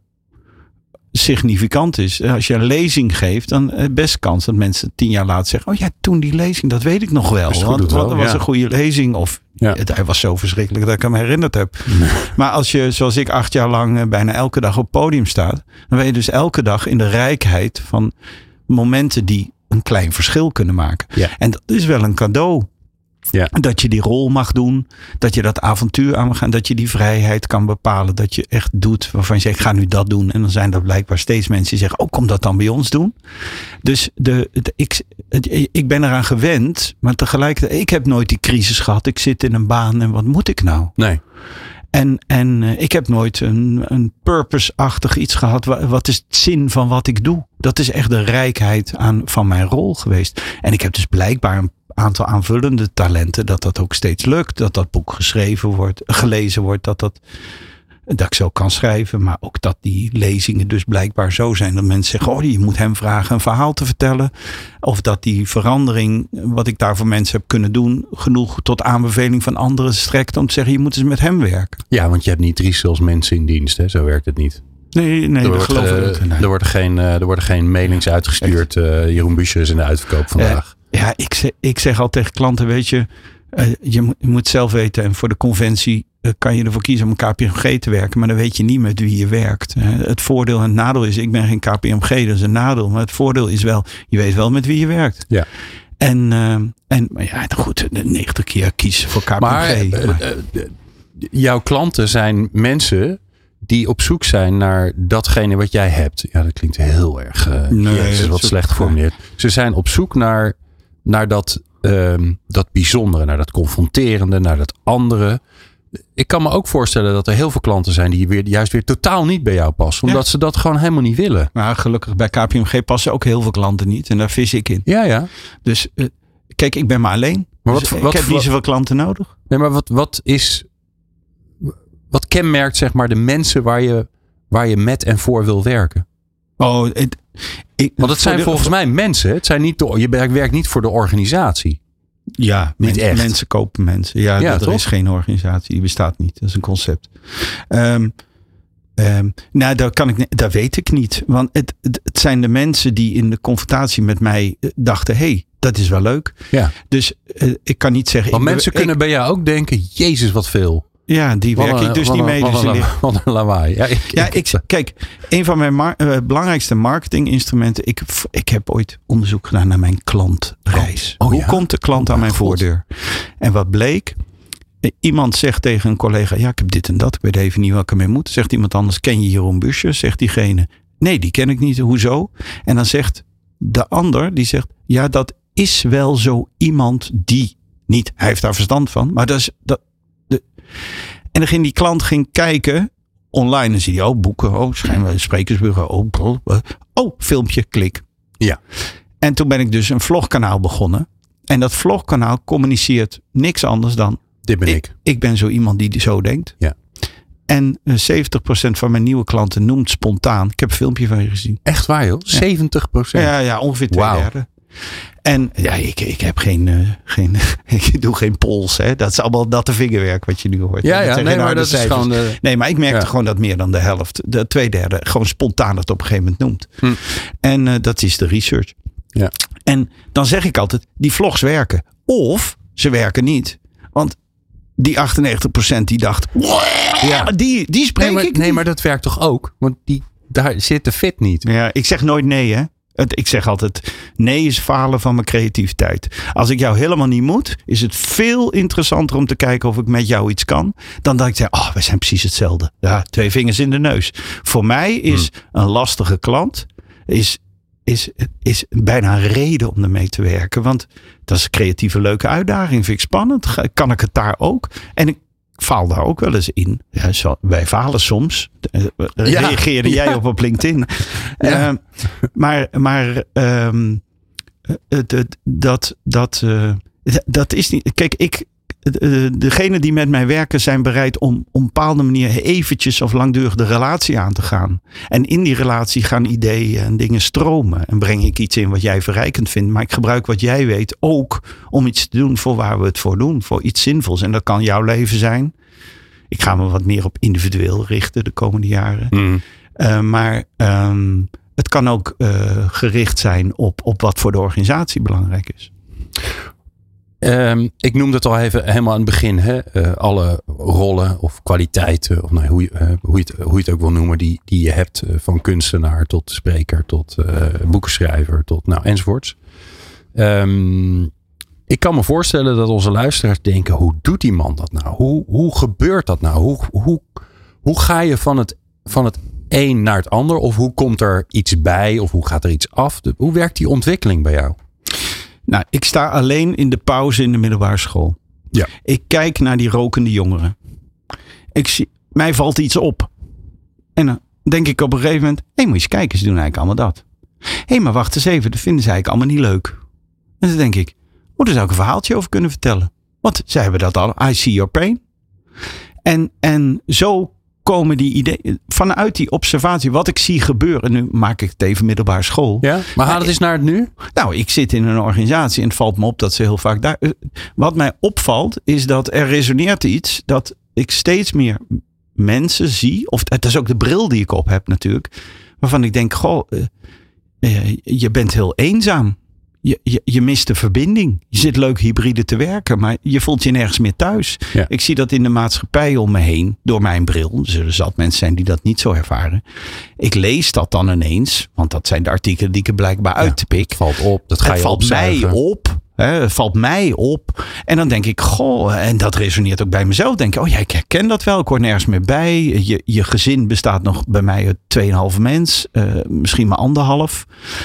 S3: significant is. Als je een lezing geeft, dan is best kans dat mensen tien jaar later zeggen, oh ja, toen die lezing, dat weet ik nog wel. Want dat was ja. een goede lezing. Of ja. het, hij was zo verschrikkelijk dat ik hem herinnerd heb. Nee. Maar als je, zoals ik, acht jaar lang bijna elke dag op het podium staat, dan ben je dus elke dag in de rijkheid van momenten die een klein verschil kunnen maken. Ja. En dat is wel een cadeau. Ja. Dat je die rol mag doen. Dat je dat avontuur aan mag gaan. Dat je die vrijheid kan bepalen. Dat je echt doet waarvan je zegt, ik ga nu dat doen. En dan zijn er blijkbaar steeds mensen die zeggen, oh, kom dat dan bij ons doen. Dus de, de, ik, ik ben eraan gewend. Maar tegelijkertijd, ik heb nooit die crisis gehad. Ik zit in een baan en wat moet ik nou?
S2: Nee.
S3: En, en ik heb nooit een, een purpose-achtig iets gehad. Wat is het zin van wat ik doe? Dat is echt de rijkheid aan, van mijn rol geweest. En ik heb dus blijkbaar een aantal aanvullende talenten, dat dat ook steeds lukt. Dat dat boek geschreven wordt, gelezen wordt. Dat dat dat ik zo kan schrijven. Maar ook dat die lezingen dus blijkbaar zo zijn. Dat mensen zeggen, oh, je moet hem vragen een verhaal te vertellen. Of dat die verandering, wat ik daar voor mensen heb kunnen doen, genoeg tot aanbeveling van anderen strekt om te zeggen, je moet eens met hem werken.
S2: Ja, want je hebt niet drie salesmensen in dienst. Hè? Zo werkt het niet.
S3: Nee, nee,
S2: er
S3: dat
S2: wordt,
S3: geloof
S2: uh,
S3: ik niet. Nee.
S2: Er worden geen, uh, er worden geen mailings uitgestuurd. Uh, Jeroen Buescher is in de uitverkoop vandaag.
S3: Uh, ja, ik zeg, ik zeg al tegen klanten, weet je, uh, je, moet, je moet zelf weten. En voor de conventie uh, kan je ervoor kiezen om een K P M G te werken. Maar dan weet je niet met wie je werkt. Uh, het voordeel en het nadeel is, ik ben geen K P M G, dat is een nadeel. Maar het voordeel is wel, je weet wel met wie je werkt.
S2: Ja.
S3: En, uh, en maar ja, goed, negentig keer kiezen voor K P M G.
S2: Maar, uh,
S3: maar.
S2: Uh, uh, jouw klanten zijn mensen die op zoek zijn naar datgene wat jij hebt. Ja, dat klinkt heel erg uh,
S3: nee,
S2: jezus, wat slecht geformuleerd. Ze zijn op zoek naar, naar dat, um, dat bijzondere, naar dat confronterende, naar dat andere. Ik kan me ook voorstellen dat er heel veel klanten zijn die weer, juist weer totaal niet bij jou passen. Omdat ja. ze dat gewoon helemaal niet willen.
S3: Maar gelukkig bij K P M G passen ook heel veel klanten niet. En daar vis ik in.
S2: Ja, ja.
S3: Dus uh, kijk, ik ben maar alleen.
S2: Maar
S3: dus
S2: wat, wat,
S3: ik heb niet
S2: wat,
S3: zoveel klanten nodig.
S2: Nee, maar wat, wat is... Wat kenmerkt zeg maar de mensen waar je, waar je met en voor wil werken?
S3: Oh, het, ik,
S2: Want het zijn de, volgens mij mensen. Het zijn niet de, je werkt niet voor de organisatie.
S3: Ja,
S2: niet
S3: men,
S2: echt.
S3: Mensen kopen mensen. Ja, ja dat, er is geen organisatie. Die bestaat niet. Dat is een concept. Um, um, nou, dat, kan ik, dat weet ik niet. Want het, het, het zijn de mensen die in de confrontatie met mij dachten, hé, hey, dat is wel leuk.
S2: Ja.
S3: Dus uh, ik kan niet zeggen...
S2: Want
S3: ik,
S2: mensen
S3: ik,
S2: kunnen bij jou ook denken, jezus wat veel.
S3: Ja, die werk ik dus niet mee.
S2: Wat
S3: dus
S2: een, wat een lawaai. Ja, ik,
S3: ja, ik, kijk, een van mijn mar- uh, belangrijkste marketinginstrumenten. Ik, ik heb ooit onderzoek gedaan naar mijn klantreis.
S2: Oh, oh,
S3: Hoe
S2: ja?
S3: komt de klant
S2: oh,
S3: aan mijn
S2: God.
S3: voordeur? En wat bleek? Iemand zegt tegen een collega, ja, ik heb dit en dat. Ik weet even niet wat ik ermee moet. Zegt iemand anders, ken je Jeroen Buescher? Zegt diegene, nee, die ken ik niet. Hoezo? En dan zegt de ander, die zegt, ja, dat is wel zo iemand die niet. Hij heeft daar verstand van. Maar dat is... Dat, de, en dan ging die klant ging kijken online en zie je, oh, boeken, oh, schijnbaar sprekersbureau, oh, oh, oh, filmpje, klik.
S2: Ja. En
S3: toen ben ik dus een vlogkanaal begonnen. En dat vlogkanaal communiceert niks anders dan,
S2: dit ben ik.
S3: Ik, ik ben zo iemand die zo denkt.
S2: Ja.
S3: En zeventig procent van mijn nieuwe klanten noemt spontaan. Ik heb een filmpje van je gezien.
S2: Echt waar joh?
S3: Ja.
S2: zeventig procent?
S3: Ja, ja, ongeveer twee
S2: wow.
S3: derde. En ja, ik, ik heb geen, uh, geen ik doe geen pols. Hè. Dat is allemaal natte vingerwerk wat je nu hoort.
S2: Ja,
S3: dat
S2: ja nee, maar dat cijfers. Is gewoon... De...
S3: Nee, maar ik merkte
S2: ja.
S3: gewoon dat meer dan de helft, de twee derde, gewoon spontaan het op een gegeven moment noemt. Hm. En uh, dat is de research.
S2: Ja.
S3: En dan zeg ik altijd, die vlogs werken. Of ze werken niet. Want die achtennegentig procent die dacht, ja, die, die spreek
S2: nee, maar,
S3: ik
S2: Nee,
S3: niet.
S2: maar dat werkt toch ook? Want die, daar zit de fit niet.
S3: Ja, ik zeg nooit nee, hè. Ik zeg altijd, nee is falen van mijn creativiteit. Als ik jou helemaal niet moet, is het veel interessanter om te kijken of ik met jou iets kan. Dan dat ik zeg, oh, we zijn precies hetzelfde. Ja, twee vingers in de neus. Voor mij is hmm. een lastige klant, is, is, is bijna een reden om ermee te werken. Want dat is een creatieve leuke uitdaging. Vind ik spannend. Kan ik het daar ook? En ik faal daar ook wel eens in. Ja, zo, wij falen soms. Uh,
S2: ja.
S3: Reageerde jij
S2: ja.
S3: op op LinkedIn.
S2: Ja.
S3: Uh, maar maar um, dat, dat, uh, dat is niet... Kijk, ik... Uh, degenen die met mij werken zijn bereid om op een bepaalde manier eventjes of langdurig de relatie aan te gaan. En in die relatie gaan ideeën en dingen stromen. En breng ik iets in wat jij verrijkend vindt. Maar ik gebruik wat jij weet ook om iets te doen voor waar we het voor doen. Voor iets zinvols. En dat kan jouw leven zijn. Ik ga me wat meer op individueel richten de komende jaren. Mm. Uh, maar um, het kan ook uh, gericht zijn op, op wat voor de organisatie belangrijk is.
S2: Um, ik noemde het al even helemaal aan het begin. Hè? Uh, alle rollen of kwaliteiten, of nou, hoe, je, uh, hoe, je het, hoe je het ook wil noemen, die, die je hebt. Uh, van kunstenaar tot spreker, tot uh, boekenschrijver, tot nou enzovoorts. Um, ik kan me voorstellen dat onze luisteraars denken, hoe doet die man dat nou? Hoe, hoe gebeurt dat nou? Hoe, hoe, hoe ga je van het, van het een naar het ander? Of hoe komt er iets bij? Of hoe gaat er iets af? De, hoe werkt die ontwikkeling bij jou?
S3: Nou, ik sta alleen in de pauze in de middelbare school.
S2: Ja.
S3: Ik kijk naar die rokende jongeren. Ik zie, mij valt iets op. En dan denk ik op een gegeven moment, hé, hey, moet je eens kijken, ze doen eigenlijk allemaal dat. Hé, hey, maar wacht eens even, dat vinden ze eigenlijk allemaal niet leuk. En dan denk ik, oh, daar zou ik een verhaaltje over kunnen vertellen. Want zij hebben dat al, I see your pain. En, en zo komen die ideeën vanuit die observatie, wat ik zie gebeuren. Nu maak ik het even middelbare school.
S2: Ja, maar haal het eens naar het nu.
S3: Nou, ik zit in een organisatie en het valt me op dat ze heel vaak daar. Wat mij opvalt is dat er resoneert iets dat ik steeds meer mensen zie. Of het is ook de bril die ik op heb natuurlijk. Waarvan ik denk, goh, uh, je bent heel eenzaam. Je, je, je mist de verbinding. Je zit leuk hybride te werken, maar je voelt je nergens meer thuis. Ja. Ik zie dat in de maatschappij om me heen, door mijn bril. Er zullen zat mensen zijn die dat niet zo ervaren. Ik lees dat dan ineens, want dat zijn de artikelen die ik er blijkbaar ja, uitpik.
S2: Het valt op, dat ga je
S3: Het valt
S2: opzuigen.
S3: mij op. Hè, het valt mij op. En dan denk ik, goh, en dat resoneert ook bij mezelf. Denk ik, oh ja, ik herken dat wel. Ik hoor nergens meer bij. Je, je gezin bestaat nog bij mij uit tweeënhalf mens. Uh, misschien maar anderhalf.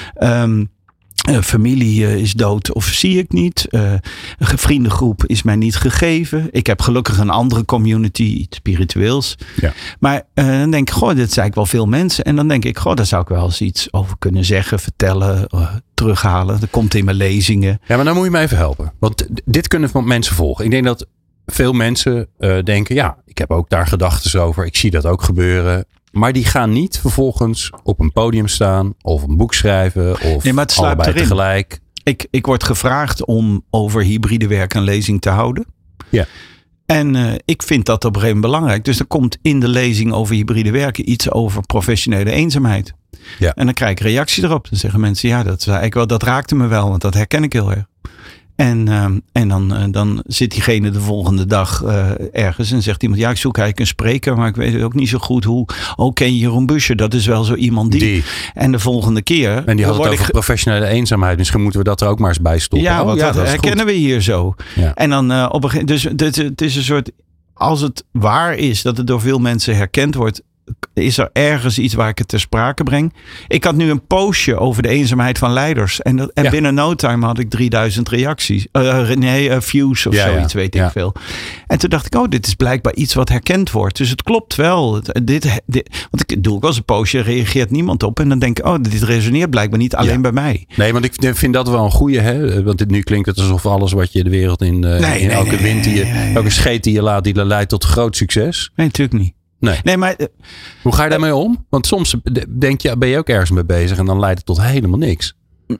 S3: Um, Uh, familie uh, is dood of zie ik niet. Uh, een vriendengroep is mij niet gegeven. Ik heb gelukkig een andere community, iets spiritueels. Ja. Maar uh, dan denk ik, goh, dit zijn eigenlijk wel veel mensen. En dan denk ik, goh, daar zou ik wel eens iets over kunnen zeggen, vertellen, uh, terughalen. Dat komt in mijn lezingen.
S2: Ja, maar dan moet je me even helpen. Want dit kunnen mensen volgen. Ik denk dat veel mensen uh, denken, ja, ik heb ook daar gedachten over. Ik zie dat ook gebeuren. Maar die gaan niet vervolgens op een podium staan of een boek schrijven of nee, maar het allebei erin. Tegelijk.
S3: Ik, ik word gevraagd om over hybride werk een lezing te houden.
S2: Ja.
S3: En uh, ik vind dat op een gegeven moment belangrijk. Dus er komt in de lezing over hybride werken iets over professionele eenzaamheid.
S2: Ja.
S3: En dan krijg ik reactie erop. Dan zeggen mensen, ja, dat, eigenlijk wel, dat raakte me wel, want dat herken ik heel erg. En, uh, en dan, uh, dan zit diegene de volgende dag uh, ergens en zegt iemand, ja, ik zoek eigenlijk een spreker, maar ik weet ook niet zo goed hoe. Oh, ken je Jeroen Buescher? Dat is wel zo iemand die. die. En de volgende keer.
S2: En die had het over ik... professionele eenzaamheid. Misschien moeten we dat er ook maar eens bij stoppen.
S3: Ja,
S2: oh,
S3: want
S2: ja,
S3: dat, dat herkennen goed. we hier zo.
S2: Ja.
S3: En dan uh, op een gegeven moment. Dus het, het is een soort. Als het waar is dat het door veel mensen herkend wordt, is er ergens iets waar ik het ter sprake breng. Ik had nu een postje over de eenzaamheid van leiders. En, dat, en ja. binnen no time had ik drieduizend reacties. Uh, nee, uh, views of ja, zoiets, ja. weet ik ja. veel. En toen dacht ik, oh, dit is blijkbaar iets wat herkend wordt. Dus het klopt wel. Dit, dit, want ik doe ook wel eens een postje, reageert niemand op. En dan denk ik, oh, dit resoneert blijkbaar niet alleen ja. bij mij.
S2: Nee, want ik vind dat wel een goeie. Hè? Want dit, nu klinkt het alsof alles wat je de wereld in, uh, nee, in nee, elke nee, wind, die je, nee, nee, elke scheet die je laat, die leidt tot groot succes.
S3: Nee, natuurlijk niet.
S2: Nee.
S3: nee, maar
S2: hoe ga je daarmee om? Want soms denk je, ben je ook ergens mee bezig en dan leidt het tot helemaal niks.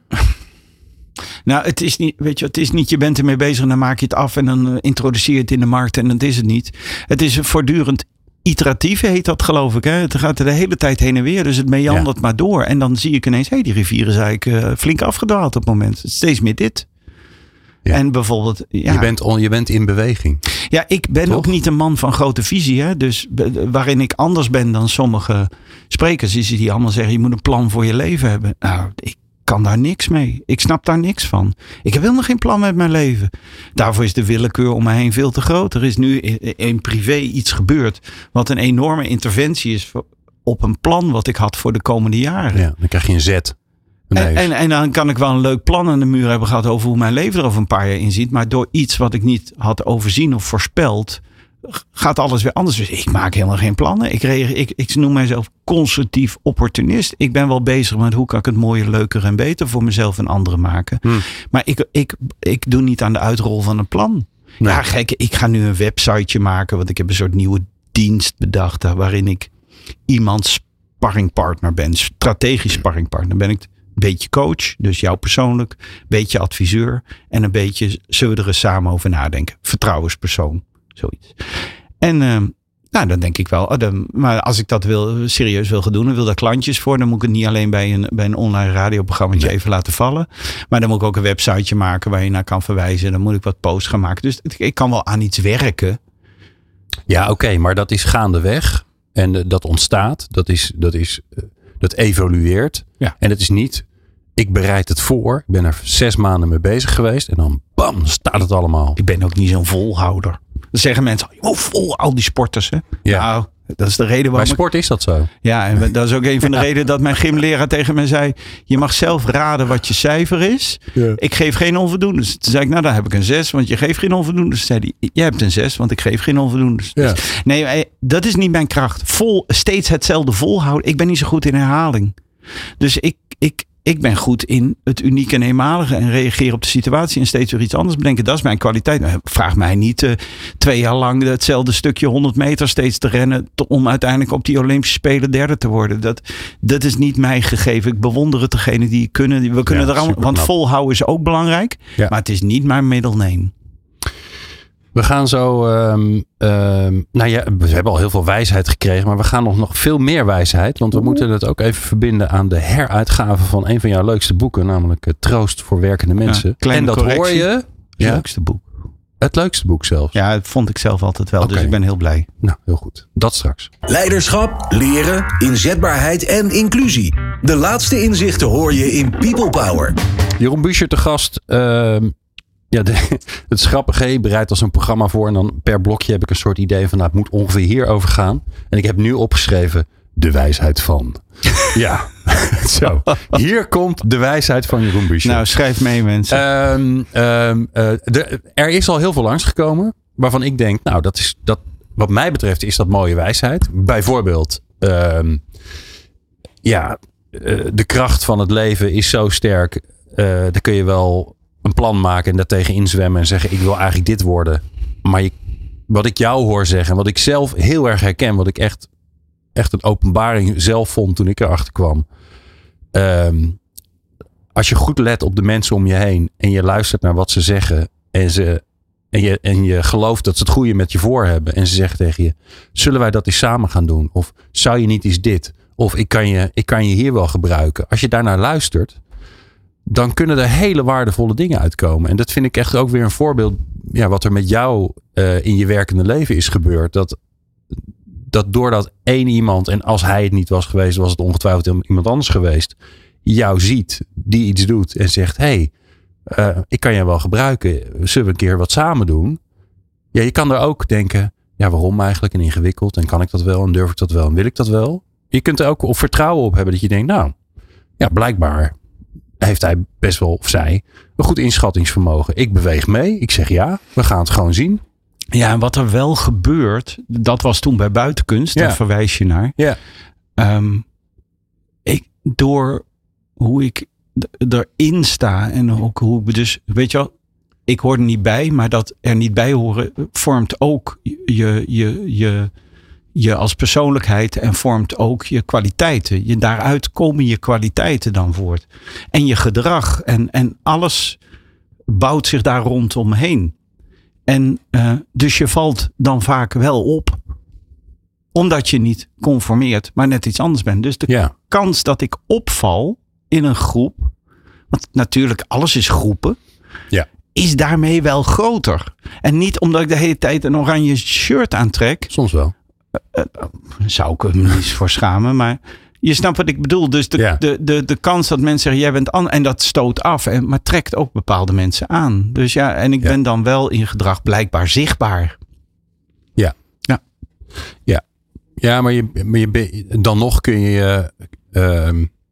S3: Nou, het is niet, weet je, het is niet, je bent ermee bezig en dan maak je het af en dan uh, introduceer je het in de markt en dat is het niet. Het is voortdurend iteratief, heet dat geloof ik. Hè? Het gaat er de hele tijd heen en weer, dus het meandert ja. maar door. En dan zie ik ineens, hé, hey, die rivier is eigenlijk uh, flink afgedwaald op het moment. Steeds meer dit. Ja. En bijvoorbeeld, ja.
S2: je, bent on, je bent in beweging.
S3: Ja, ik ben Toch? ook niet een man van grote visie. Hè? Dus waarin ik anders ben dan sommige sprekers, is die allemaal zeggen, je moet een plan voor je leven hebben. Nou, ik kan daar niks mee. Ik snap daar niks van. Ik heb helemaal geen plan met mijn leven. Daarvoor is de willekeur om me heen veel te groot. Er is nu in privé iets gebeurd wat een enorme interventie is op een plan wat ik had voor de komende jaren.
S2: Ja, dan krijg je een zet.
S3: En, en, en dan kan ik wel een leuk plan aan de muur hebben gehad over hoe mijn leven er over een paar jaar in ziet. Maar door iets wat ik niet had overzien of voorspeld, gaat alles weer anders. Dus ik maak helemaal geen plannen. Ik, reageer, ik, ik noem mijzelf constructief opportunist. Ik ben wel bezig met hoe kan ik het mooier, leuker en beter voor mezelf en anderen maken. Hmm. Maar ik, ik, ik doe niet aan de uitrol van een plan. Nee. Ja, gek, ik ga nu een websiteje maken, want ik heb een soort nieuwe dienst bedacht waarin ik iemands sparringpartner ben. Strategisch sparringpartner ben ik. Beetje coach, dus jou persoonlijk, beetje adviseur en een beetje zullen we er eens samen over nadenken. Vertrouwenspersoon, zoiets. En uh, nou, dan denk ik wel, oh, dan, maar als ik dat wil, serieus wil gaan doen, dan wil daar klantjes voor. Dan moet ik het niet alleen bij een, bij een online radioprogramma nee. even laten vallen. Maar dan moet ik ook een websiteje maken waar je naar kan verwijzen. Dan moet ik wat posts gaan maken. Dus ik kan wel aan iets werken.
S2: Ja, oké, okay, maar dat is gaandeweg. En uh, dat ontstaat. Dat is... Dat is uh, Dat evolueert.
S3: Ja.
S2: En het is niet, ik bereid het voor. Ik ben er zes maanden mee bezig geweest. En dan bam, staat het allemaal.
S3: Ik ben ook niet zo'n volhouder. Dan zeggen mensen, oh, vol al die sporters. Hè?
S2: Ja.
S3: Nou, dat is de reden waarom.
S2: Bij sport
S3: ik...
S2: is dat zo.
S3: Ja, en dat is ook een van de redenen dat mijn gymleraar tegen mij zei, je mag zelf raden wat je cijfer is. Ja. Ik geef geen onvoldoendes. Toen zei ik, nou dan heb ik een zes, want je geeft geen onvoldoendes. Toen zei hij, jij hebt een zes, want ik geef geen onvoldoendes.
S2: Ja.
S3: Dus, nee, dat is niet mijn kracht. Vol, steeds hetzelfde volhouden. Ik ben niet zo goed in herhaling. Dus ik, ik, ik ben goed in het unieke en eenmalige en reageren op de situatie en steeds weer iets anders bedenken. Dat is mijn kwaliteit. Vraag mij niet uh, twee jaar lang hetzelfde stukje honderd meter steeds te rennen om uiteindelijk op die Olympische Spelen derde te worden. Dat, dat is niet mijn gegeven. Ik bewonder het degene die kunnen. We kunnen
S2: ja,
S3: er allemaal, want volhouden is ook belangrijk. Ja. Maar het is niet mijn middelneem.
S2: We gaan zo, um, um, nou ja, we hebben al heel veel wijsheid gekregen, maar we gaan nog, nog veel meer wijsheid. Want we Oeh. moeten het ook even verbinden aan de heruitgave van een van jouw leukste boeken, namelijk uh, Troost voor werkende mensen.
S3: Ja,
S2: en dat
S3: correctie.
S2: hoor je.
S3: Het
S2: ja,
S3: leukste boek.
S2: Het leukste boek zelfs.
S3: Ja, dat vond ik zelf altijd wel, okay. Dus ik ben heel blij.
S2: Nou, heel goed. Dat straks.
S1: Leiderschap, leren, inzetbaarheid en inclusie. De laatste inzichten hoor je in People Power.
S2: Jeroen Buescher te gast. Uh, Ja, de, het is grappig. Je bereidt als een programma voor en dan per blokje heb ik een soort idee van nou, het moet ongeveer hierover gaan. En ik heb nu opgeschreven de wijsheid van. Ja, zo. Hier komt de wijsheid van Jeroen Buescher.
S3: Nou, schrijf mee mensen.
S2: Um, um, uh, de, er is al heel veel langsgekomen waarvan ik denk, nou, dat is dat. Wat mij betreft is dat mooie wijsheid. Bijvoorbeeld, um, ja, uh, de kracht van het leven is zo sterk. Uh, daar kun je wel een plan maken en daartegen inzwemmen en zeggen ik wil eigenlijk dit worden. Maar je, wat ik jou hoor zeggen, wat ik zelf heel erg herken, wat ik echt, echt een openbaring zelf vond toen ik erachter kwam. Um, als je goed let op de mensen om je heen en je luistert naar wat ze zeggen en, ze, en, je, en je gelooft dat ze het goede met je voor hebben en ze zeggen tegen je, zullen wij dat eens samen gaan doen? Of zou je niet eens dit? Of ik kan je, ik kan je hier wel gebruiken. Als je daarnaar luistert, dan kunnen er hele waardevolle dingen uitkomen. En dat vind ik echt ook weer een voorbeeld. Ja, wat er met jou uh, in je werkende leven is gebeurd. Dat, dat doordat één iemand, en als hij het niet was geweest, was het ongetwijfeld iemand anders geweest, jou ziet, die iets doet en zegt, hé, hey, uh, ik kan je wel gebruiken. Zullen we een keer wat samen doen? Ja, je kan er ook denken, ja, waarom eigenlijk? En ingewikkeld. En kan ik dat wel? En durf ik dat wel? En wil ik dat wel? Je kunt er ook op vertrouwen op hebben dat je denkt, nou, ja, blijkbaar heeft hij best wel, of zij, een goed inschattingsvermogen. Ik beweeg mee. Ik zeg ja, we gaan het gewoon zien.
S3: Ja, en wat er wel gebeurt, dat was toen bij Buitenkunst, ja. Daar verwijs je naar.
S2: Ja.
S3: Um, ik, door hoe ik d- erin sta en ook hoe ik dus, weet je wel, ik hoor er niet bij, maar dat er niet bij horen vormt ook je, je, je, je als persoonlijkheid en vormt ook je kwaliteiten. Je, daaruit komen je kwaliteiten dan voort. En je gedrag en, en alles bouwt zich daar rondomheen. En uh, dus je valt dan vaak wel op. Omdat je niet conformeert, maar net iets anders bent. Dus de ja. kans dat ik opval in een groep, want natuurlijk alles is groepen,
S2: ja.
S3: is daarmee wel groter. En niet omdat ik de hele tijd een oranje shirt aantrek.
S2: Soms wel.
S3: Uh, uh, zou ik er me niet voor schamen, maar je snapt wat ik bedoel. Dus de, ja. de, de, de kans dat mensen zeggen, jij bent an, en dat stoot af, en, maar trekt ook bepaalde mensen aan. Dus ja, en ik ja. ben dan wel in gedrag blijkbaar zichtbaar.
S2: Ja.
S3: Ja.
S2: Ja. Ja, maar, je, maar je, dan nog kun je, uh,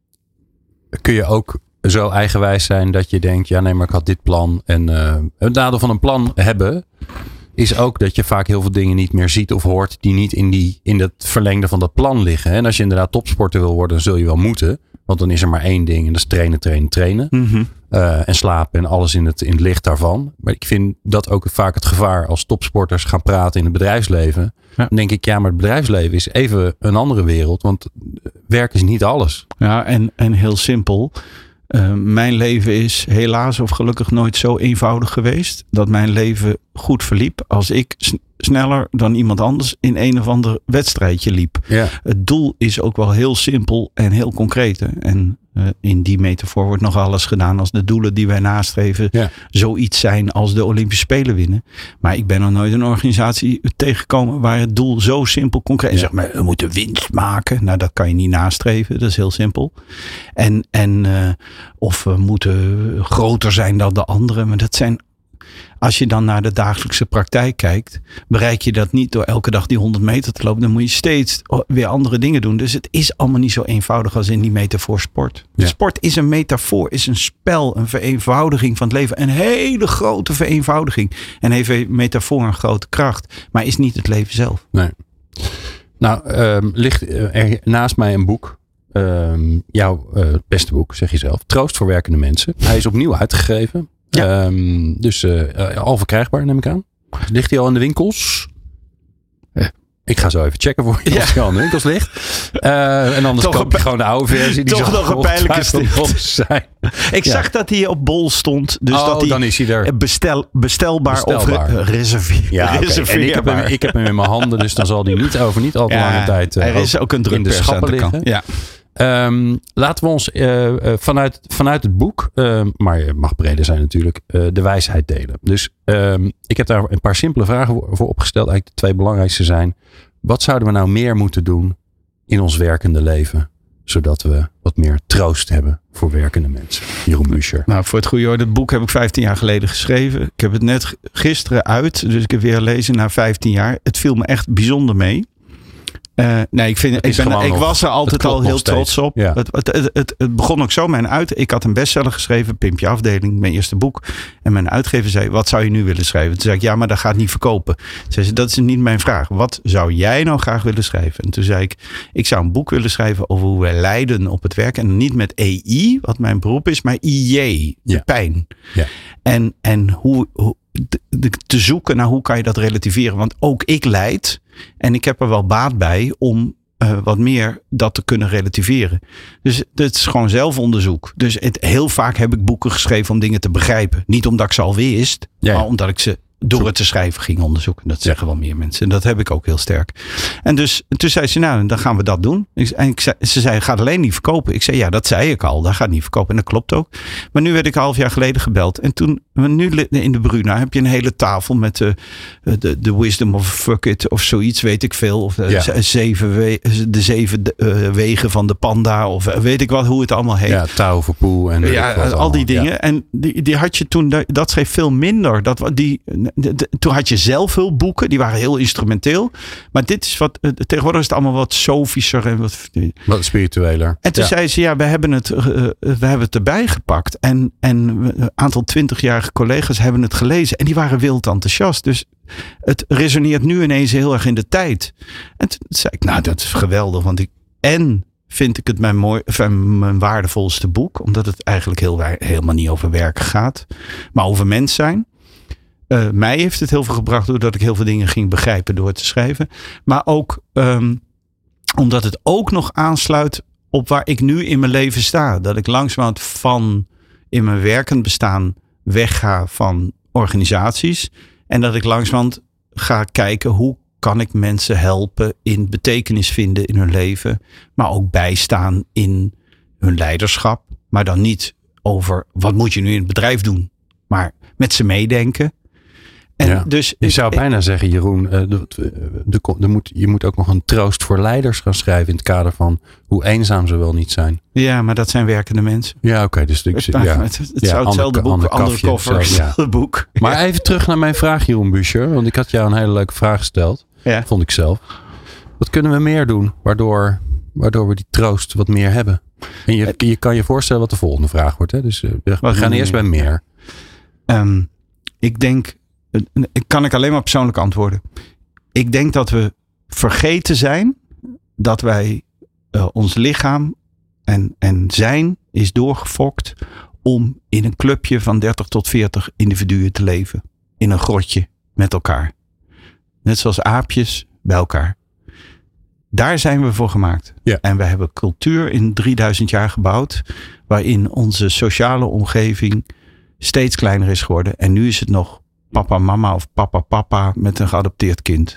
S2: kun je ook zo eigenwijs zijn dat je denkt, ja nee, maar ik had dit plan. En uh, het nadeel van een plan hebben is ook dat je vaak heel veel dingen niet meer ziet of hoort die niet in, die, in het verlengde van dat plan liggen. En als je inderdaad topsporter wil worden, dan zul je wel moeten. Want dan is er maar één ding en dat is trainen, trainen, trainen.
S3: Mm-hmm.
S2: Uh, en slapen en alles in het, in het licht daarvan. Maar ik vind dat ook vaak het gevaar als topsporters gaan praten in het bedrijfsleven. Ja. Dan denk ik, ja, maar het bedrijfsleven is even een andere wereld. Want werk is niet alles.
S3: Ja, en, en heel simpel. Uh, mijn leven is helaas of gelukkig nooit zo eenvoudig geweest. Dat mijn leven goed verliep als ik s- sneller dan iemand anders in een of ander wedstrijdje liep.
S2: Ja.
S3: Het doel is ook wel heel simpel en heel concreet. En uh, in die metafoor wordt nog alles gedaan als de doelen die wij nastreven
S2: ja.
S3: zoiets zijn als de Olympische Spelen winnen. Maar ik ben nog nooit een organisatie tegengekomen waar het doel zo simpel concreet is. Ja. Zeg maar, we moeten winst maken. Nou, dat kan je niet nastreven. Dat is heel simpel. En, en uh, of we moeten groter zijn dan de anderen. Maar dat zijn, als je dan naar de dagelijkse praktijk kijkt, bereik je dat niet door elke dag die honderd meter te lopen. Dan moet je steeds weer andere dingen doen. Dus het is allemaal niet zo eenvoudig als in die metafoor sport.
S2: Ja.
S3: Sport is een metafoor, is een spel, een vereenvoudiging van het leven. Een hele grote vereenvoudiging. En heeft een metafoor een grote kracht. Maar is niet het leven zelf.
S2: Nee. Nou, um, ligt er naast mij een boek. um, jouw uh, beste boek, zeg je zelf. Troost voor werkende mensen. Hij is opnieuw uitgegeven. Ja. Um, dus uh, al verkrijgbaar, neem ik aan. Ligt hij al in de winkels? Ja. Ik ga zo even checken voor je ja. als hij al in de winkels ligt. Uh, en anders koop je gewoon de oude versie. Die
S3: toch nog een pijnlijke stift
S2: zijn.
S3: Ik ja. zag dat hij op bol stond. Dus
S2: oh,
S3: dat hij
S2: dan is hij er.
S3: Bestel, bestelbaar, bestelbaar of re- reserveer,
S2: ja, okay.
S3: reserveerbaar.
S2: En ik heb, hem, ik heb hem in mijn handen. Dus dan zal hij niet over niet al te ja, lange tijd uh,
S3: er is ook een druk
S2: in de schappen liggen.
S3: Ja.
S2: Um, laten we ons uh, uh, vanuit, vanuit het boek, uh, maar je mag breder zijn natuurlijk, uh, de wijsheid delen. Dus um, ik heb daar een paar simpele vragen voor opgesteld. Eigenlijk de twee belangrijkste zijn. Wat zouden we nou meer moeten doen in ons werkende leven? Zodat we wat meer troost hebben voor werkende mensen. Jeroen Buescher.
S3: Nou, voor het goede orde, het boek heb ik vijftien jaar geleden geschreven. Ik heb het net gisteren uit, dus ik heb weer gelezen na vijftien jaar. Het viel me echt bijzonder mee. Uh, nee, ik, vind, ik, ben, ik nog, was er altijd al heel trots op. Ja. Het, het, het, het, het begon ook zo. Mijn uit, ik had een bestseller geschreven, Pimp Je Afdeling, mijn eerste boek. En mijn uitgever zei, wat zou je nu willen schrijven? Toen zei ik, ja, maar dat gaat niet verkopen. Zei ze, dat is niet mijn vraag. Wat zou jij nou graag willen schrijven? En toen zei ik, ik zou een boek willen schrijven over hoe wij lijden op het werk. En niet met E I, wat mijn beroep is, maar I J, de ja. pijn. Ja. En, en hoe... hoe De, de, te zoeken naar hoe kan je dat relativeren. Want ook ik lijd. En ik heb er wel baat bij om uh, wat meer dat te kunnen relativeren. Dus het is gewoon zelfonderzoek. Dus het, heel vaak heb ik boeken geschreven om dingen te begrijpen. Niet omdat ik ze al wist. Ja, ja. Maar omdat ik ze door het te schrijven ging onderzoeken. Dat zeggen wel meer mensen. En dat heb ik ook heel sterk. En dus toen zei ze, nou, dan gaan we dat doen. En ik zei, ze zei, gaat alleen niet verkopen. Ik zei, ja, dat zei ik al. Dat gaat niet verkopen. En dat klopt ook. Maar nu werd ik een half jaar geleden gebeld. En toen, nu in de Bruna heb je een hele tafel met de, de, de wisdom of fuck it of zoiets, weet ik veel. Of de, ja. zeven, we, de zeven uh, wegen van de panda. Of weet ik wat, hoe het allemaal heet.
S2: Ja, touw voor poe. En
S3: ja, al die dingen. Ja. En die, die had je toen, dat schreef veel minder. Dat, die, De, de, toen had je zelfhulpboeken, die waren heel instrumenteel. Maar dit is wat, tegenwoordig is het allemaal wat sofischer en wat,
S2: wat spiritueler.
S3: En toen
S2: ja.
S3: zei ze, ja, we hebben het, uh, we hebben het erbij gepakt. En, en een aantal twintigjarige collega's hebben het gelezen. En die waren wild enthousiast. Dus het resoneert nu ineens heel erg in de tijd. En toen zei ik, nou, dat is geweldig. Want ik, en vind ik het mijn, mooi, mijn waardevolste boek. Omdat het eigenlijk heel, helemaal niet over werken gaat. Maar over mens zijn. Uh, mij heeft het heel veel gebracht doordat ik heel veel dingen ging begrijpen door te schrijven. Maar ook um, omdat het ook nog aansluit op waar ik nu in mijn leven sta. Dat ik langzamerhand van in mijn werkend bestaan wegga van organisaties. En dat ik langzamerhand ga kijken hoe kan ik mensen helpen in betekenis vinden in hun leven. Maar ook bijstaan in hun leiderschap. Maar dan niet over wat moet je nu in het bedrijf doen. Maar met ze meedenken. En
S2: ja.
S3: dus,
S2: je zou bijna zeggen, Jeroen, de, de, de, de moet, je moet ook nog een troost voor leiders gaan schrijven in het kader van hoe eenzaam ze wel niet zijn.
S3: Ja, maar dat zijn werkende mensen.
S2: Ja, oké. Okay, dus ik,
S3: het,
S2: ja.
S3: het, het ja, zou hetzelfde boek, andere, andere koffer, hetzelfde ja. boek.
S2: Maar
S3: ja.
S2: even terug naar mijn vraag, Jeroen Buescher, want ik had jou een hele leuke vraag gesteld, ja. vond ik zelf. Wat kunnen we meer doen, waardoor, waardoor we die troost wat meer hebben? En je, je kan je voorstellen wat de volgende vraag wordt. Hè? Dus uh, we wat gaan eerst bij meer.
S3: Um, ik denk... Kan ik alleen maar persoonlijk antwoorden. Ik denk dat we vergeten zijn dat wij uh, ons lichaam en, en zijn is doorgefokt om in een clubje van dertig tot veertig individuen te leven. In een grotje met elkaar. Net zoals aapjes bij elkaar. Daar zijn we voor gemaakt. Ja. En we hebben cultuur in drieduizend jaar gebouwd waarin onze sociale omgeving steeds kleiner is geworden. En nu is het nog papa, mama of papa, papa met een geadopteerd kind.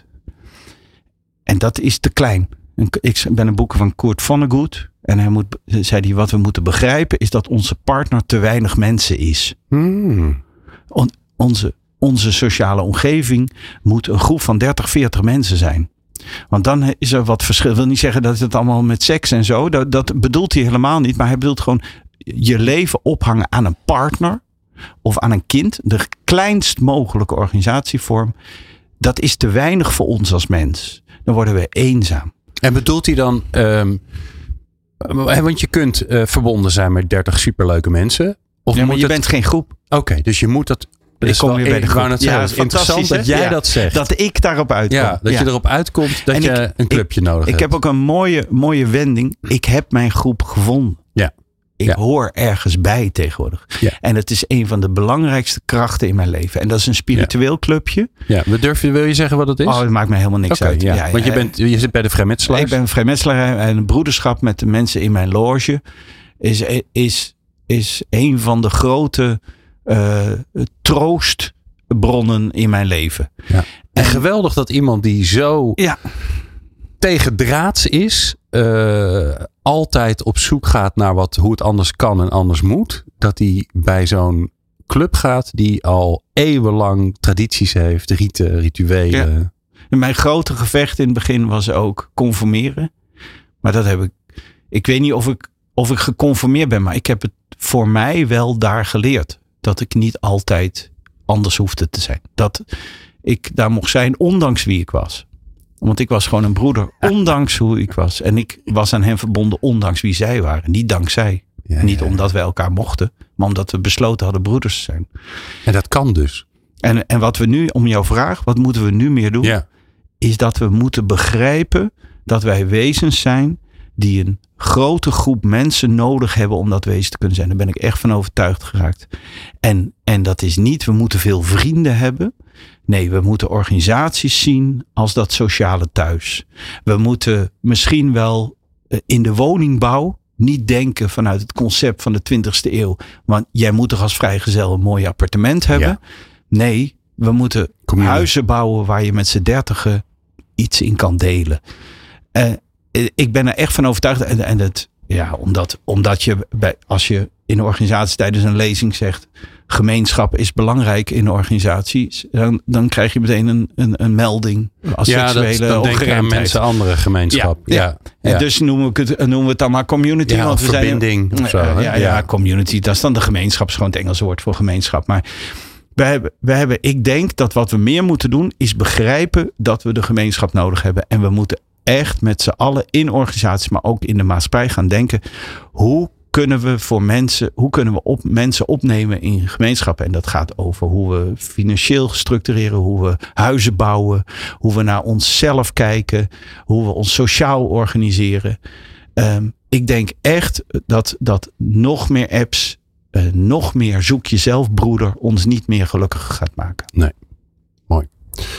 S3: En dat is te klein. Ik ben een boek van Kurt Vonnegut. En hij moet, zei hij, wat we moeten begrijpen is dat onze partner te weinig mensen is. Hmm. On, onze, onze sociale omgeving moet een groep van dertig, veertig mensen zijn. Want dan is er wat verschil. Ik wil niet zeggen dat het allemaal met seks en zo. Dat, dat bedoelt hij helemaal niet. Maar hij bedoelt gewoon je leven ophangen aan een partner. Of aan een kind, de kleinst mogelijke organisatievorm. Dat is te weinig voor ons als mens. Dan worden we eenzaam.
S2: En bedoelt hij dan... Um, want je kunt uh, verbonden zijn met dertig superleuke mensen. Of
S3: ja, maar
S2: moet
S3: je
S2: het...
S3: bent geen groep.
S2: Oké, okay, dus je moet dat Dat
S3: ik
S2: is
S3: kom
S2: wel,
S3: weer bij de
S2: ik wou
S3: groep.
S2: net zeggen,
S3: Ja,
S2: het is interessant dat jij
S3: ja,
S2: dat zegt.
S3: Dat ik daarop uitkom.
S2: Ja, dat
S3: ja.
S2: je erop uitkomt dat
S3: En
S2: je
S3: ik,
S2: een clubje
S3: ik,
S2: nodig
S3: ik
S2: hebt.
S3: Ik heb ook een mooie, mooie wending. Ik heb mijn groep gevonden.
S2: Ja.
S3: Ik
S2: ja.
S3: hoor ergens bij tegenwoordig.
S2: Ja.
S3: En het is een van de belangrijkste krachten in mijn leven. En dat is een spiritueel ja. clubje.
S2: Ja, durf je, wil je zeggen wat het is?
S3: Oh, het maakt me helemaal niks
S2: okay,
S3: uit.
S2: Ja.
S3: Ja,
S2: Want je,
S3: ja,
S2: bent, je zit bij de vrijmetselaars.
S3: Ik ben vrijmetselaar en broederschap met de mensen in mijn loge is, is, is een van de grote uh, troostbronnen in mijn leven.
S2: Ja. En, en geweldig dat iemand die zo
S3: ja.
S2: tegendraads is, uh, altijd op zoek gaat naar wat, hoe het anders kan en anders moet. Dat hij bij zo'n club gaat die al eeuwenlang tradities heeft, riten, rituelen.
S3: Ja. En mijn grote gevecht in het begin was ook conformeren. Maar dat heb ik. Ik weet niet of ik, of ik geconformeerd ben, maar ik heb het voor mij wel daar geleerd. Dat ik niet altijd anders hoefde te zijn. Dat ik daar mocht zijn, ondanks wie ik was. Want ik was gewoon een broeder, ondanks hoe ik was. En ik was aan hen verbonden, ondanks wie zij waren. Niet dankzij. Ja, niet ja, ja. omdat wij elkaar mochten, maar omdat we besloten hadden broeders te zijn.
S2: En dat kan dus.
S3: En, en wat we nu, om jouw vraag, wat moeten we nu meer doen?
S2: Ja.
S3: Is dat we moeten begrijpen dat wij wezens zijn die een grote groep mensen nodig hebben om dat wezen te kunnen zijn. Daar ben ik echt van overtuigd geraakt. En, en dat is niet, we moeten veel vrienden hebben. Nee, we moeten organisaties zien als dat sociale thuis. We moeten misschien wel in de woningbouw niet denken vanuit het concept van de twintigste eeuw. Want jij moet toch als vrijgezel een mooi appartement hebben. Ja. Nee, we moeten Community. huizen bouwen waar je met z'n dertigen iets in kan delen. Uh, ik ben er echt van overtuigd. En, en het, ja, omdat, omdat je bij, als je in een organisatie tijdens een lezing zegt, gemeenschap is belangrijk in organisaties, dan, dan krijg je meteen een, een, een melding als
S2: ja,
S3: seksuele
S2: dat, dan denken aan mensen andere gemeenschap. Ja, ja.
S3: ja. ja. En dus noemen we, het, noemen we het dan maar community.
S2: Ja,
S3: want we
S2: verbinding
S3: zijn,
S2: of zo.
S3: Ja, ja,
S2: ja,
S3: ja, community. Dat is dan de gemeenschap. Is gewoon het Engelse woord voor gemeenschap. Maar we hebben, we hebben, ik denk dat wat we meer moeten doen is begrijpen dat we de gemeenschap nodig hebben. En we moeten echt met z'n allen in organisaties, maar ook in de maatschappij gaan denken. Hoe kunnen we voor mensen, hoe kunnen we op, mensen opnemen in gemeenschappen? En dat gaat over hoe we financieel structureren, hoe we huizen bouwen, hoe we naar onszelf kijken, hoe we ons sociaal organiseren. Um, ik denk echt dat, dat nog meer apps, uh, nog meer zoek jezelf broeder, ons niet meer gelukkig gaat maken.
S2: Nee, mooi.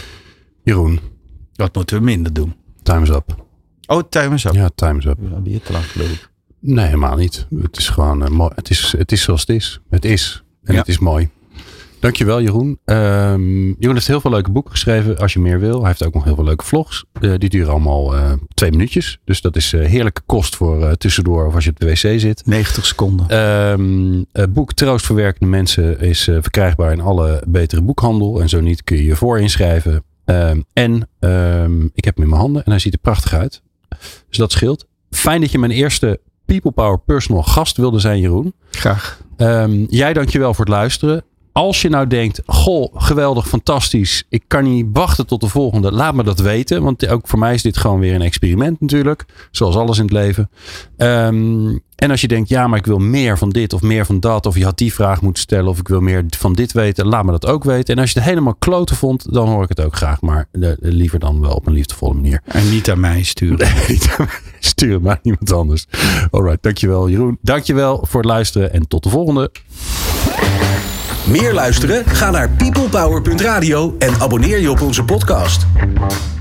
S2: Jeroen.
S3: Wat moeten we minder doen?
S2: Time's up.
S3: Oh, time's up.
S2: Ja, time's up.
S3: We hebben hier te lang gelopen.
S2: Nee, helemaal niet. Het is gewoon uh, mooi. Het is, het is zoals het is. Het is. En ja. het is mooi. Dankjewel, Jeroen. Um, Jeroen heeft heel veel leuke boeken geschreven. Als je meer wil. Hij heeft ook nog heel veel leuke vlogs. Uh, die duren allemaal uh, twee minuutjes. Dus dat is uh, heerlijke kost voor uh, tussendoor of als je op de wc zit.
S3: negentig seconden.
S2: Um, het boek Troost voor werkende mensen is uh, verkrijgbaar in alle betere boekhandel. En zo niet kun je je voor inschrijven. Um, en um, ik heb hem in mijn handen en hij ziet er prachtig uit. Dus dat scheelt. Fijn dat je mijn eerste People Power Personal gast wilde zijn, Jeroen.
S3: Graag.
S2: Um, jij dankjewel voor het luisteren. Als je nou denkt, goh, geweldig, fantastisch. Ik kan niet wachten tot de volgende. Laat me dat weten. Want ook voor mij is dit gewoon weer een experiment natuurlijk. Zoals alles in het leven. Um, en als je denkt, ja, maar ik wil meer van dit of meer van dat. Of je had die vraag moeten stellen. Of ik wil meer van dit weten. Laat me dat ook weten. En als je het helemaal kloten vond, dan hoor ik het ook graag. Maar de, de, liever dan wel op een liefdevolle manier.
S3: En niet aan mij sturen.
S2: Nee, niet aan mij sturen, maar iemand anders. Alright, dankjewel Jeroen. Dankjewel voor het luisteren. En tot de volgende.
S1: Meer luisteren? Ga naar peoplepower punt radio en abonneer je op onze podcast.